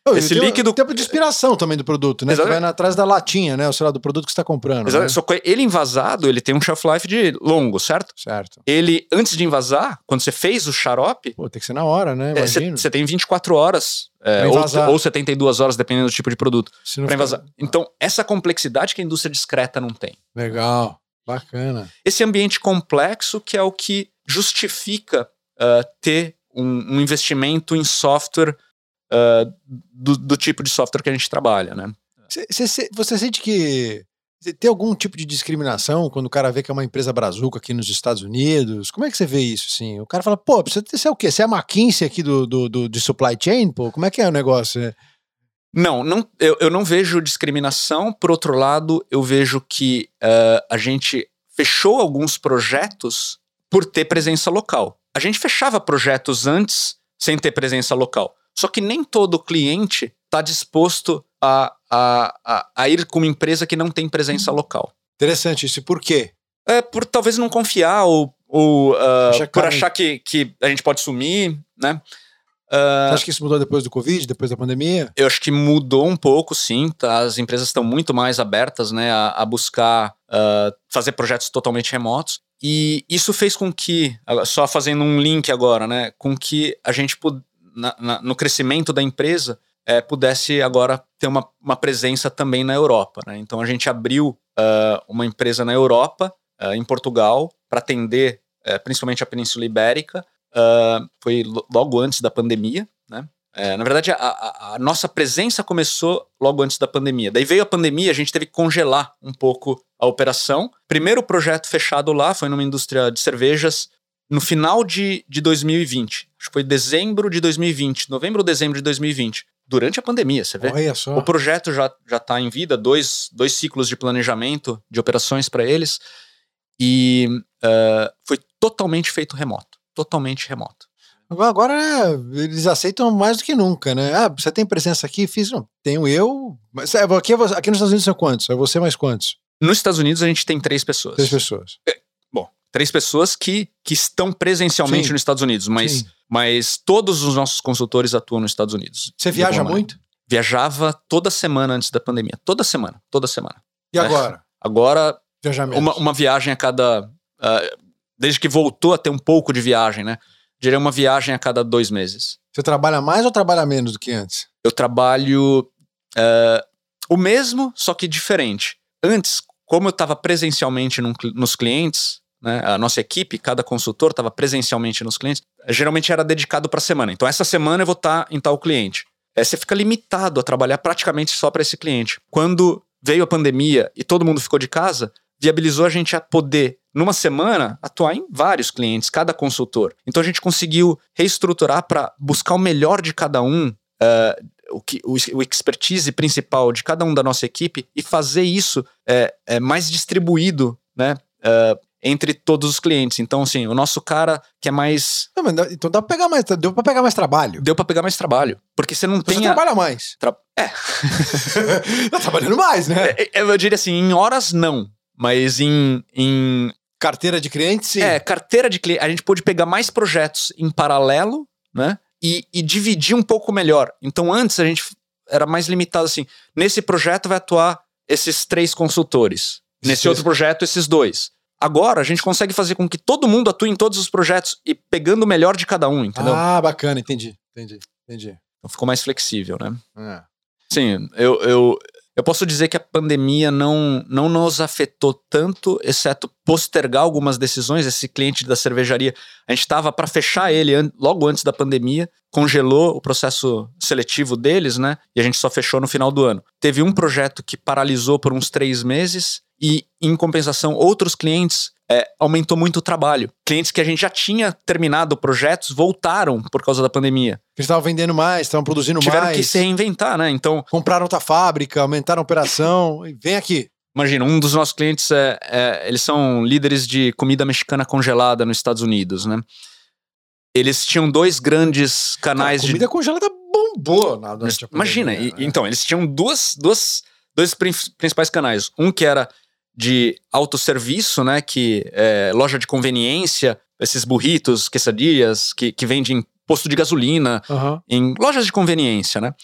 Oh, Esse tem líquido... o tempo de expiração também do produto, né? Exatamente. Você vai atrás da latinha, né? Ou sei lá, do produto que você está comprando. Exatamente. Né? Só que ele envasado, ele tem um shelf life de longo, certo? Certo. Ele, antes de envasar, quando você fez o xarope... Pô, tem que ser na hora, né? Imagino. Você é, tem vinte e quatro horas, é, ou, ou setenta e duas horas, dependendo do tipo de produto, para envasar. Fica... Então, essa complexidade que a indústria discreta não tem. Legal, bacana. Esse ambiente complexo que é o que justifica uh, ter um, um investimento em software uh, do, do tipo de software que a gente trabalha, né? Cê, cê, você sente que tem algum tipo de discriminação quando o cara vê que é uma empresa brazuca aqui nos Estados Unidos? Como é que você vê isso, assim? O cara fala, pô, você, você é o quê? Você é a McKinsey aqui do, do, do, de supply chain? Pô, como é que é o negócio? Não, não eu, eu não vejo discriminação. Por outro lado, eu vejo que uh, a gente fechou alguns projetos por ter presença local. A gente fechava projetos antes sem ter presença local. Só que nem todo cliente está disposto a, a, a, a ir com uma empresa que não tem presença local. Interessante isso. E por quê? É por talvez não confiar ou, ou uh, Achar por achar que, que a gente pode sumir, né? Uh, Você acha que isso mudou depois do Covid, depois da pandemia? Eu acho que mudou um pouco, sim. Tá? As empresas estão muito mais abertas, né, a, a buscar uh, fazer projetos totalmente remotos. E isso fez com que, só fazendo um link agora, né, com que a gente, na, na, no crescimento da empresa, é, pudesse agora ter uma, uma presença também na Europa. Né? Então a gente abriu uh, uma empresa na Europa, uh, em Portugal, para atender uh, principalmente a Península Ibérica. Uh, foi logo antes da pandemia, né? É, na verdade, a, a, a nossa presença começou logo antes da pandemia. Daí veio a pandemia, a gente teve que congelar um pouco a operação. Primeiro projeto fechado lá foi numa indústria de cervejas no final de, de dois mil e vinte. Acho que foi dezembro de dois mil e vinte, novembro ou dezembro de dois mil e vinte. Durante a pandemia, você vê? Olha só. O projeto já já está em vida, dois, dois ciclos de planejamento de operações para eles. E uh, foi totalmente feito remoto. Totalmente remoto. Agora, agora eles aceitam mais do que nunca, né? Ah, você tem presença aqui? Fiz, não, tenho eu. Mas, aqui, aqui nos Estados Unidos são quantos? É você mais quantos? Nos Estados Unidos a gente tem três pessoas. Três pessoas. É, bom, três pessoas que, que estão presencialmente Sim. nos Estados Unidos, mas, mas todos os nossos consultores atuam nos Estados Unidos. Você viaja muito? Viajava toda semana antes da pandemia. Toda semana, toda semana. E agora? É, agora, Viajar uma, uma viagem a cada... Uh, desde que voltou a ter um pouco de viagem, né? Diria uma viagem a cada dois meses. Você trabalha mais ou trabalha menos do que antes? Eu trabalho uh, o mesmo, só que diferente. Antes, como eu estava presencialmente num, nos clientes, né, a nossa equipe, cada consultor estava presencialmente nos clientes, geralmente era dedicado para a semana. Então, essa semana eu vou estar tá em tal cliente. Aí você fica limitado a trabalhar praticamente só para esse cliente. Quando veio a pandemia e todo mundo ficou de casa, viabilizou a gente a poder, numa semana, atuar em vários clientes, cada consultor. Então a gente conseguiu reestruturar para buscar o melhor de cada um, uh, o, que, o, o expertise principal de cada um da nossa equipe e fazer isso é, é mais distribuído, né, uh, entre todos os clientes. Então, assim, o nosso cara que é mais... Não, mas dá, então dá pra pegar mais, deu pra pegar mais trabalho. Deu pra pegar mais trabalho. Porque você não então tem... Você a... trabalha mais. Tra... É. Tá trabalhando mais, né? Eu, eu diria assim, em horas não. Mas em, em... Carteira de clientes, sim. É, carteira de cliente. A gente pôde pegar mais projetos em paralelo, né? E, e dividir um pouco melhor. Então, antes a gente era mais limitado assim. Nesse projeto vai atuar esses três consultores. Nesse sim. outro projeto, esses dois. Agora, a gente consegue fazer com que todo mundo atue em todos os projetos e pegando o melhor de cada um, entendeu? Ah, bacana. Entendi. Entendi. Entendi. Então, ficou mais flexível, né? É. Sim, eu... eu Eu posso dizer que a pandemia não, não nos afetou tanto, exceto postergar algumas decisões. Esse cliente da cervejaria, a gente estava para fechar ele an- logo antes da pandemia, congelou o processo seletivo deles, né? E a gente só fechou no final do ano. Teve um projeto que paralisou por uns três meses e, em compensação, outros clientes é, aumentou muito o trabalho. Clientes que a gente já tinha terminado projetos voltaram por causa da pandemia. Eles estavam vendendo mais, estavam produzindo Tiveram mais. Tiveram que se reinventar, né? Então, compraram outra fábrica, aumentaram a operação e vem aqui. Imagina, um dos nossos clientes, é, é, eles são líderes de comida mexicana congelada nos Estados Unidos, né? Eles tinham dois grandes canais de... comida congelada bombou. Na Imagina, pandemia, e, né? Então, eles tinham duas, duas, dois principais canais. Um que era de autosserviço, né? Que é loja de conveniência, esses burritos, quesadillas, que, que vendem em posto de gasolina, uhum. em lojas de conveniência, né?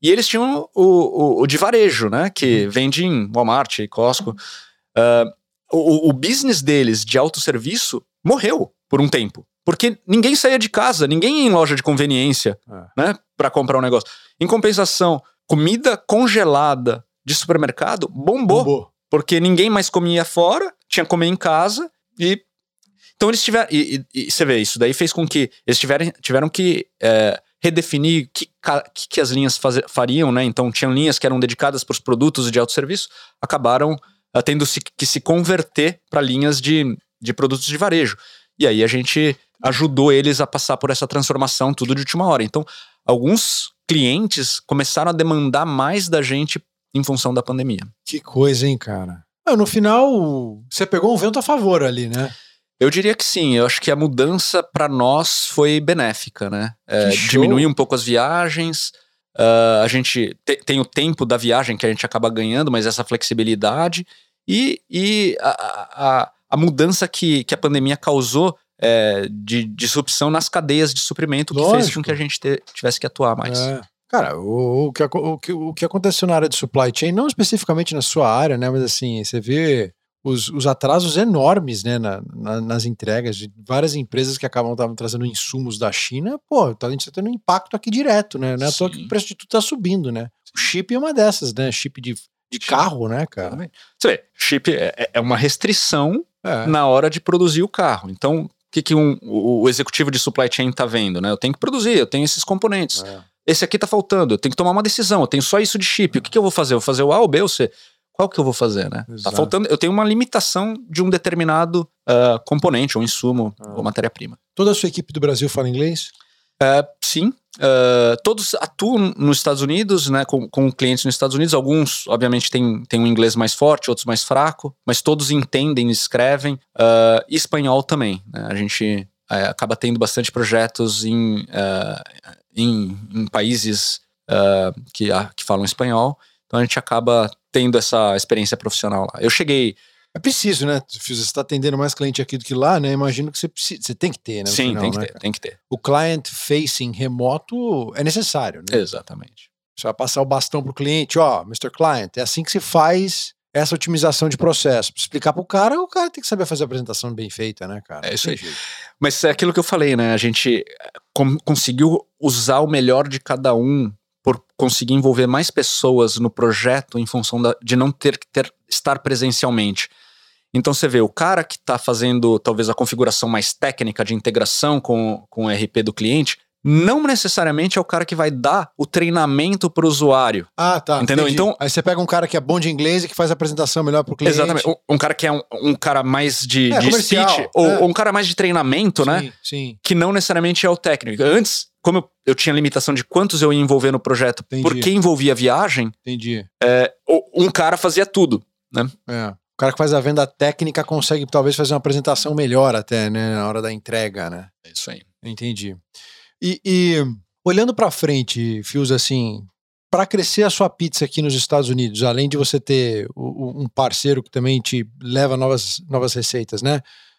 E eles tinham o, o, o de varejo, né? Que vende em Walmart e Costco. Uh, o, o business deles de autosserviço morreu por um tempo. Porque ninguém saía de casa, ninguém ia em loja de conveniência, é. né? Pra comprar um negócio. Em compensação, comida congelada de supermercado bombou. bombou. Porque ninguém mais comia fora, tinha que comer em casa. E então eles tiveram... E, e, e você vê, isso daí fez com que eles tiveram, tiveram que... É, redefinir o que, que, que as linhas faz, fariam, né? Então, tinham linhas que eram dedicadas para os produtos de autosserviço, acabaram uh, tendo -se, que se converter para linhas de, de produtos de varejo. E aí a gente ajudou eles a passar por essa transformação, tudo de última hora. Então, alguns clientes começaram a demandar mais da gente em função da pandemia. Que coisa, hein, cara? Ah, no final, você pegou um vento a favor ali, né? Eu diria que sim, eu acho que a mudança para nós foi benéfica, né? É, diminuir um pouco as viagens, uh, a gente te, tem o tempo da viagem que a gente acaba ganhando, mas essa flexibilidade e, e a, a, a mudança que, que a pandemia causou é, de disrupção nas cadeias de suprimento, que Lógico. fez com que a gente te, tivesse que atuar mais. É. Cara, o, o, que, o, que, o que aconteceu na área de supply chain, não especificamente na sua área, né? Mas assim, você vê... Os, os atrasos enormes, né, na, na, nas entregas de várias empresas que acabam tavam trazendo insumos da China, pô, a gente tá tendo um impacto aqui direto, né? Não é à toa que o preço de tudo tá subindo, né? O chip é uma dessas, né? Chip de, de carro, né, cara? Você vê, chip é, é uma restrição é. na hora de produzir o carro. Então, o que, que um, o, o executivo de supply chain tá vendo, né? Eu tenho que produzir, eu tenho esses componentes. É. Esse aqui tá faltando, eu tenho que tomar uma decisão, eu tenho só isso de chip. O que, que eu vou fazer? Eu vou fazer o A ou B ou C? Qual que eu vou fazer, né? Exato. Tá faltando, eu tenho uma limitação de um determinado uh, componente, ou insumo, ah. ou matéria-prima. Toda a sua equipe do Brasil fala inglês? Uh, sim. Uh, todos atuam nos Estados Unidos, né? Com, com clientes nos Estados Unidos. Alguns, obviamente, têm, têm um inglês mais forte, outros mais fraco, mas todos entendem, escrevem. Uh, e espanhol também, né? A gente uh, acaba tendo bastante projetos em, uh, em, em países uh, que, uh, que falam espanhol. Então a gente acaba tendo essa experiência profissional lá. Eu cheguei... É preciso, né? Você está atendendo mais cliente aqui do que lá, né? Imagino que você, precisa, você tem que ter, né? Sim, final, tem que né, ter, cara? tem que ter. O client facing remoto é necessário, né? Exatamente. Você vai passar o bastão pro cliente, ó, mister Client, é assim que se faz essa otimização de processo. Pra explicar pro cara, o cara tem que saber fazer a apresentação bem feita, né, cara? É isso aí. Mas é aquilo que eu falei, né? A gente com, conseguiu usar o melhor de cada um por conseguir envolver mais pessoas no projeto em função da, de não ter que ter, estar presencialmente. Então você vê, o cara que está fazendo talvez a configuração mais técnica de integração com, com o E R P do cliente, não necessariamente é o cara que vai dar o treinamento para o usuário. Ah, tá. Entendeu? Entendi. Então, aí você pega um cara que é bom de inglês e que faz a apresentação melhor para o cliente. Exatamente. Um, um cara que é um, um cara mais de, é, de speech, ou, é. ou um cara mais de treinamento, sim, né? Sim. Que não necessariamente é o técnico. Antes, como eu, eu tinha limitação de quantos eu ia envolver no projeto, Entendi. porque envolvia viagem, Entendi. É, um cara fazia tudo, né? É. O cara que faz a venda técnica consegue talvez fazer uma apresentação melhor até, né? Na hora da entrega, né? É isso aí. Entendi. E, e olhando para frente, Fios, assim, para crescer a sua pizza aqui nos Estados Unidos, além de você ter o, um parceiro que também te leva novas, novas receitas, né?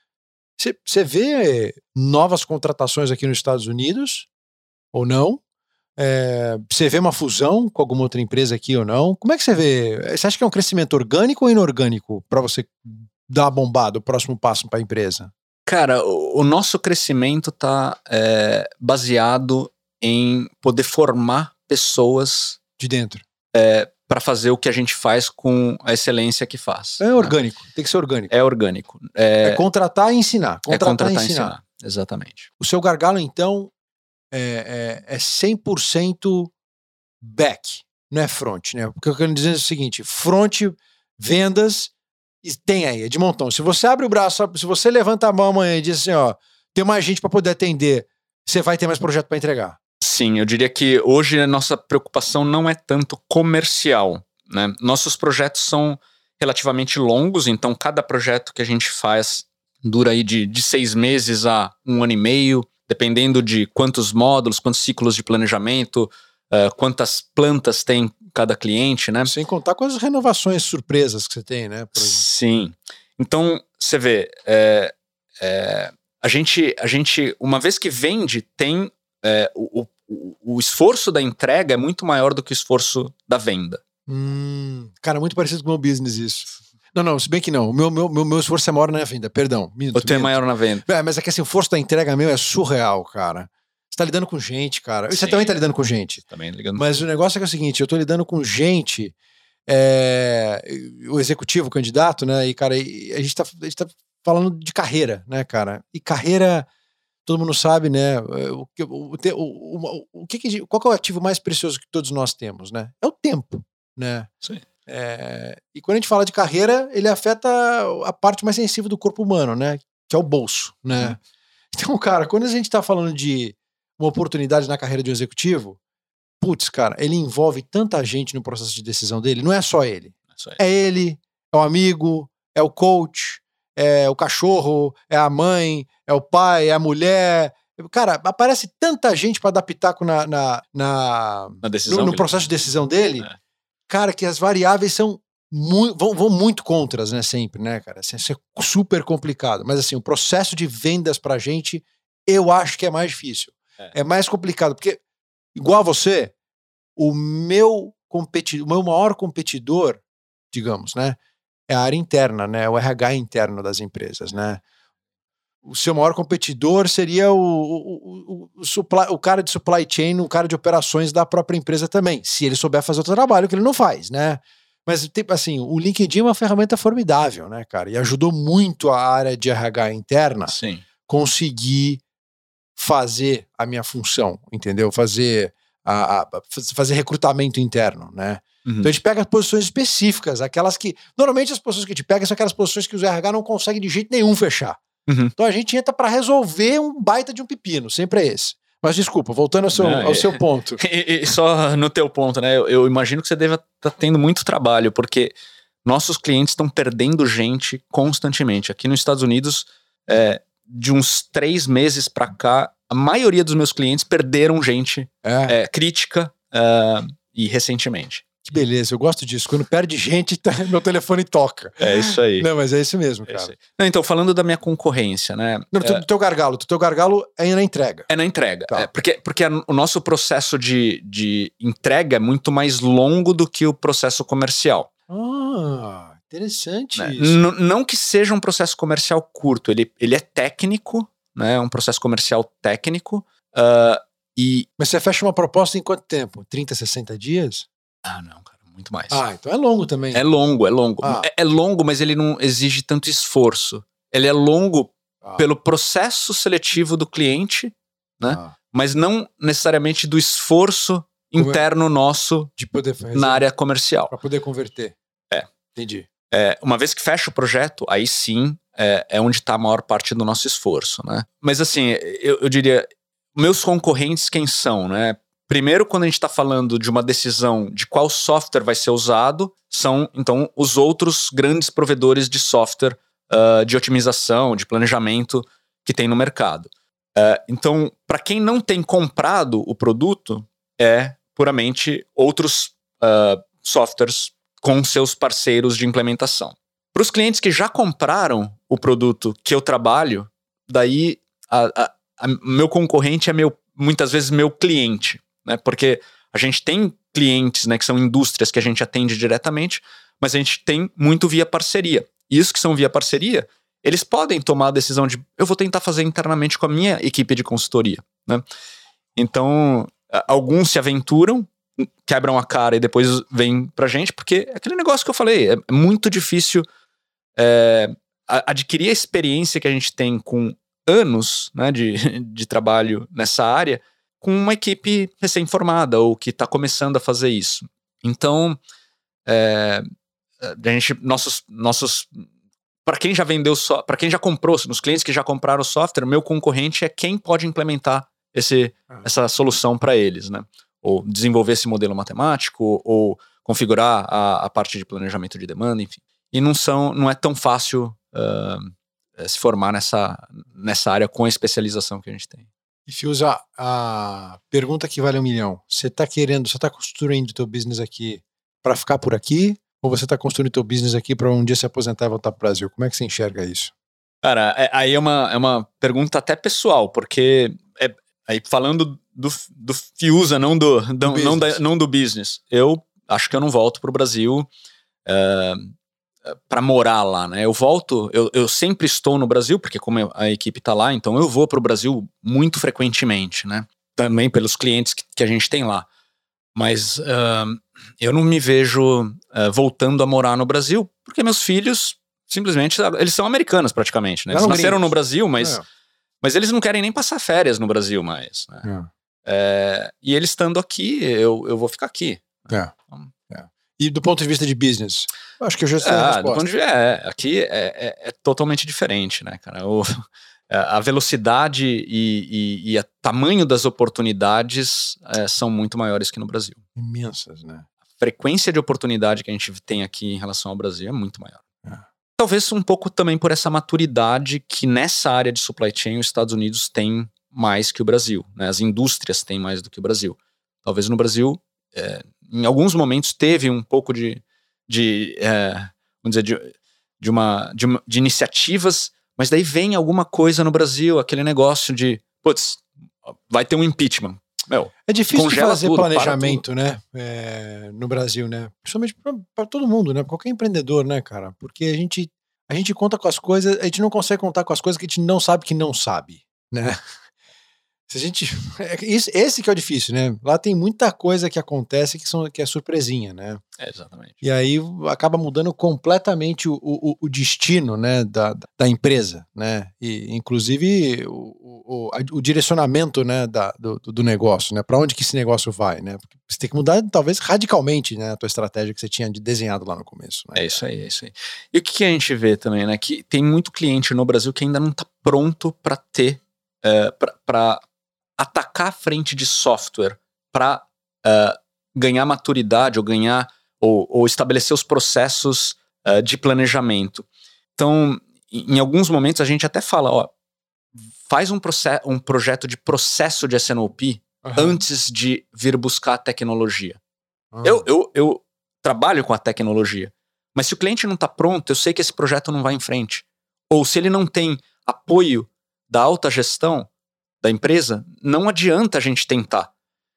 Você vê novas contratações aqui nos Estados Unidos ou não? Você é, vê uma fusão com alguma outra empresa aqui ou não? Como é que você vê? Você acha que é um crescimento orgânico ou inorgânico para você dar a bombada, o próximo passo para a empresa? Cara, o, o nosso crescimento está é, baseado em poder formar pessoas de dentro é, para fazer o que a gente faz com a excelência que faz. É orgânico, né? Tem que ser orgânico. É orgânico. É, é contratar e ensinar. Contratar, é contratar e ensinar. ensinar. Exatamente. O seu gargalo, então, é, é, é cem por cento back, não é front, né? Porque eu quero dizer é o seguinte, front, vendas, e tem aí, é de montão. Se você abre o braço, se você levanta a mão amanhã e diz assim, ó, tem mais gente para poder atender, você vai ter mais projeto para entregar. Sim, eu diria que hoje a nossa preocupação não é tanto comercial, né? Nossos projetos são relativamente longos, então cada projeto que a gente faz dura aí de, de seis meses a um ano e meio, dependendo de quantos módulos, quantos ciclos de planejamento, uh, quantas plantas tem cada cliente, né? Sem contar com as renovações surpresas que você tem, né? Sim. Então, você vê, é, é, a, gente, a gente, uma vez que vende, tem é, o, o, o esforço da entrega é muito maior do que o esforço da venda. Hum, cara, muito parecido com o meu business isso. Não, não, se bem que não. O meu, meu, meu, meu esforço é maior na venda, perdão. Minto, o teu é maior na venda. É, mas é que assim, o esforço da entrega meu é surreal, cara. Você tá lidando com gente, cara. Você Sim. também tá lidando com gente. Também ligando. Mas o negócio é que é o seguinte, eu tô lidando com gente, é, o executivo, o candidato, né? E, cara, e a, gente tá, a gente tá falando de carreira, né, cara? E carreira, todo mundo sabe, né? O, o, o, o, o que que, qual que é o ativo mais precioso que todos nós temos, né? É o tempo, né? Sim. É, e quando a gente fala de carreira, ele afeta a parte mais sensível do corpo humano, né? Que é o bolso, né? Uhum. Então, cara, quando a gente tá falando de uma oportunidade na carreira de um executivo, putz, cara, ele envolve tanta gente no processo de decisão dele, não é só ele. É, só ele. é ele, é o amigo, é o coach, é o cachorro, é a mãe, é o pai, é a mulher. Cara, aparece tanta gente para dar pitaco na, na, na, na decisão no, no processo de decisão dele, é. cara, que as variáveis são mu- vão, vão muito contras, né, sempre, né, cara? Assim, isso é super complicado. Mas assim, o processo de vendas pra gente, eu acho que é mais difícil. É, é mais complicado, porque, igual a você, o meu, competi- o meu maior competidor, digamos, né, é a área interna, né, o R H interno das empresas, né. O seu maior competidor seria o, o, o, o, supply, o cara de supply chain, o cara de operações da própria empresa também, se ele souber fazer o trabalho que ele não faz, né. Mas, assim, o LinkedIn é uma ferramenta formidável, né, cara, e ajudou muito a área de R H interna Sim. conseguir fazer a minha função, entendeu? Fazer, a, a, fazer recrutamento interno, né? Uhum. Então a gente pega as posições específicas, aquelas que... Normalmente as posições que a gente pega são aquelas posições que os R H não conseguem de jeito nenhum fechar. Uhum. Então a gente entra para resolver um baita de um pepino, sempre é esse. Mas desculpa, voltando ao seu, não, ao é, seu ponto. E, e só no teu ponto, né? Eu, eu imagino que você deva estar tá tendo muito trabalho, porque nossos clientes estão perdendo gente constantemente. Aqui nos Estados Unidos... É, de uns três meses pra cá, a maioria dos meus clientes perderam gente é. É, crítica uh, e recentemente. Que beleza, eu gosto disso. Quando perde gente, tá, meu telefone toca. É isso aí. Não, mas é isso mesmo, cara. É isso Não, então, falando da minha concorrência, né? Não, do, é, do teu gargalo. Do teu gargalo é na entrega. É na entrega. Tá. É, porque porque a, o nosso processo de, de entrega é muito mais longo do que o processo comercial. Ah... Interessante né? isso. N- não que seja um processo comercial curto, ele, ele é técnico, né? É um processo comercial técnico. Uh, e... Mas você fecha uma proposta em quanto tempo? trinta, sessenta dias? Ah, não, cara, muito mais. Ah, então é longo também. É longo, é longo. Ah. É, é longo, mas ele não exige tanto esforço. Ele é longo ah. pelo processo seletivo do cliente, né? Ah. Mas não necessariamente do esforço Como interno é? nosso de poder fazer na área comercial. Para poder converter. É. Entendi. É, uma vez que fecha o projeto, aí sim é, é onde está a maior parte do nosso esforço, né? Mas assim, eu, eu diria, meus concorrentes quem são, né? Primeiro, quando a gente está falando de uma decisão de qual software vai ser usado, são então os outros grandes provedores de software uh, de otimização, de planejamento que tem no mercado. Uh, então, para quem não tem comprado o produto, é puramente outros uh, softwares com seus parceiros de implementação. Para os clientes que já compraram o produto que eu trabalho, daí a, a, a meu concorrente é meu, muitas vezes meu cliente, né? Porque a gente tem clientes, né, que são indústrias que a gente atende diretamente, mas a gente tem muito via parceria. E isso que são via parceria, eles podem tomar a decisão de eu vou tentar fazer internamente com a minha equipe de consultoria, né? Então, alguns se aventuram, quebram a cara e depois vêm pra gente, porque é aquele negócio que eu falei, é muito difícil é, adquirir a experiência que a gente tem com anos, né, de, de trabalho nessa área com uma equipe recém-formada ou que está começando a fazer isso. Então, é, a gente, nossos, nossos, para quem já vendeu, so, para quem já comprou, nos clientes que já compraram o software, meu concorrente é quem pode implementar esse, essa solução para eles, né? Ou desenvolver esse modelo matemático, ou configurar a, a parte de planejamento de demanda, enfim. E não, são, não é tão fácil uh, se formar nessa, nessa área com a especialização que a gente tem. E Fiuza, a pergunta que vale um milhão. Você está querendo, você está construindo o teu business aqui para ficar por aqui? Ou você está construindo o teu business aqui para um dia se aposentar e voltar para o Brasil? Como é que você enxerga isso? Cara, é, aí é uma, é uma pergunta até pessoal, porque é, aí falando do, do Fiuza, não do, do, do não, da, não do business. Eu acho que eu não volto pro Brasil uh, para morar lá, né? Eu volto, eu, eu sempre estou no Brasil, porque como a equipe tá lá, então eu vou pro Brasil muito frequentemente, né? Também pelos clientes que, que a gente tem lá. Mas uh, eu não me vejo uh, voltando a morar no Brasil, porque meus filhos, simplesmente, eles são americanos praticamente, né? Eles nasceram no Brasil, mas, é. mas eles não querem nem passar férias no Brasil mais, né? É. É, e eles estando aqui, eu, eu vou ficar aqui. É. Então, é. E do ponto de vista de business? Acho que eu já sei a resposta. Do ponto de vista, é, aqui é, é, é totalmente diferente, né, cara? O, a velocidade e, e, e o tamanho das oportunidades é, são muito maiores que no Brasil. Imensas, né? A frequência de oportunidade que a gente tem aqui em relação ao Brasil é muito maior. É. Talvez um pouco também por essa maturidade que nessa área de supply chain os Estados Unidos têm mais que o Brasil, né? As indústrias têm mais do que o Brasil. Talvez no Brasil, é, em alguns momentos, teve um pouco de, de é, vamos dizer, de, de, uma, de, uma, de iniciativas, mas daí vem alguma coisa no Brasil, aquele negócio de, putz, vai ter um impeachment. Meu, é difícil fazer tudo, planejamento, né? É, no Brasil, né? Principalmente para todo mundo, né? Qualquer empreendedor, né, cara? Porque a gente, a gente conta com as coisas, a gente não consegue contar com as coisas que a gente não sabe que não sabe, né? Se a gente, esse que é o difícil, né? Lá tem muita coisa que acontece que, são, que é surpresinha, né? É, exatamente. E aí acaba mudando completamente o, o, o destino, né, da, da empresa, né? E inclusive o, o, o direcionamento, né, da, do, do negócio, né? Para onde que esse negócio vai, né? Porque você tem que mudar talvez radicalmente, né, a tua estratégia que você tinha desenhado lá no começo. Né? É isso aí, é isso aí. E o que, que a gente vê também, né? Que tem muito cliente no Brasil que ainda não está pronto para ter, é, para atacar a frente de software para uh, ganhar maturidade ou ganhar ou, ou estabelecer os processos uh, de planejamento. Então, em, em alguns momentos a gente até fala, ó, faz um, um projeto de processo de S N O P uhum. antes de vir buscar a tecnologia. Uhum. Eu, eu, eu trabalho com a tecnologia, mas se o cliente não está pronto, eu sei que esse projeto não vai em frente. Ou se ele não tem apoio da alta gestão da empresa, não adianta a gente tentar.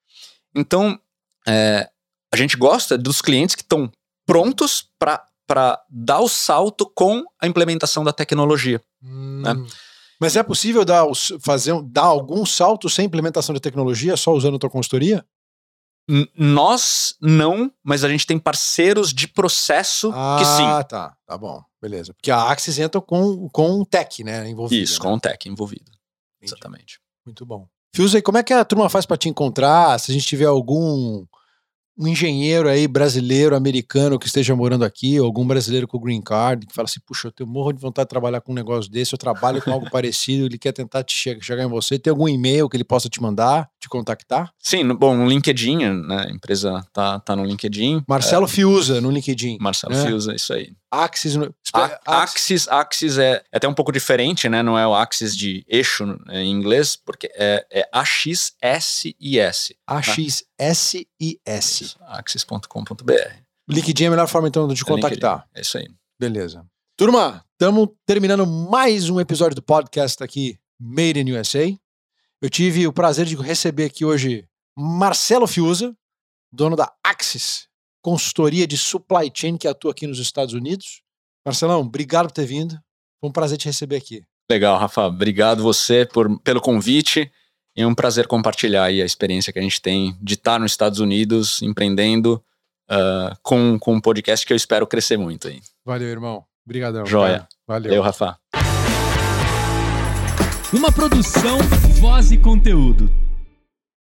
Então, é, a gente gosta dos clientes que estão prontos para dar o salto com a implementação da tecnologia. Hum, né? Mas é possível dar, fazer, dar algum salto sem implementação de tecnologia, só usando a tua consultoria? N- nós não, mas a gente tem parceiros de processo ah, que sim. Ah, tá. Tá bom. Beleza. Porque a Axis entra com, com tech, né? Envolvido. Isso, né? com o tech envolvido. Entendi. Exatamente. Muito bom. Fiuza, como é que a turma faz para te encontrar? Se a gente tiver algum um engenheiro aí brasileiro, americano que esteja morando aqui, ou algum brasileiro com green card, que fala assim, puxa, eu tenho morro de vontade de trabalhar com um negócio desse, eu trabalho com algo parecido, ele quer tentar te che- chegar em você, tem algum e-mail que ele possa te mandar, te contactar? Sim, no, bom, no LinkedIn, né, a empresa tá, tá no LinkedIn. Marcelo é, Fiuza, no LinkedIn. Marcelo né? Fiuza, isso aí. Axis, no, A, Axis, Axis é, é até um pouco diferente, né? Não é o Axis de eixo é, em inglês, porque é, é A X S I S. A X S I S. Axis ponto com ponto b r. O LinkedIn é a melhor forma, então, de te é contactar. LinkedIn. É isso aí. Beleza. Turma, estamos terminando mais um episódio do podcast aqui, Made in U S A. Eu tive o prazer de receber aqui hoje Marcelo Fiuza, dono da Axis, consultoria de supply chain que atua aqui nos Estados Unidos. Marcelão, obrigado por ter vindo. Foi um prazer te receber aqui. Legal, Rafa. Obrigado você por, pelo convite. É um prazer compartilhar aí a experiência que a gente tem de estar nos Estados Unidos, empreendendo uh, com, com um podcast que eu espero crescer muito aí. Valeu, irmão. Obrigadão. Joia. Cara. Valeu. Valeu, Rafa. Uma produção, voz e conteúdo.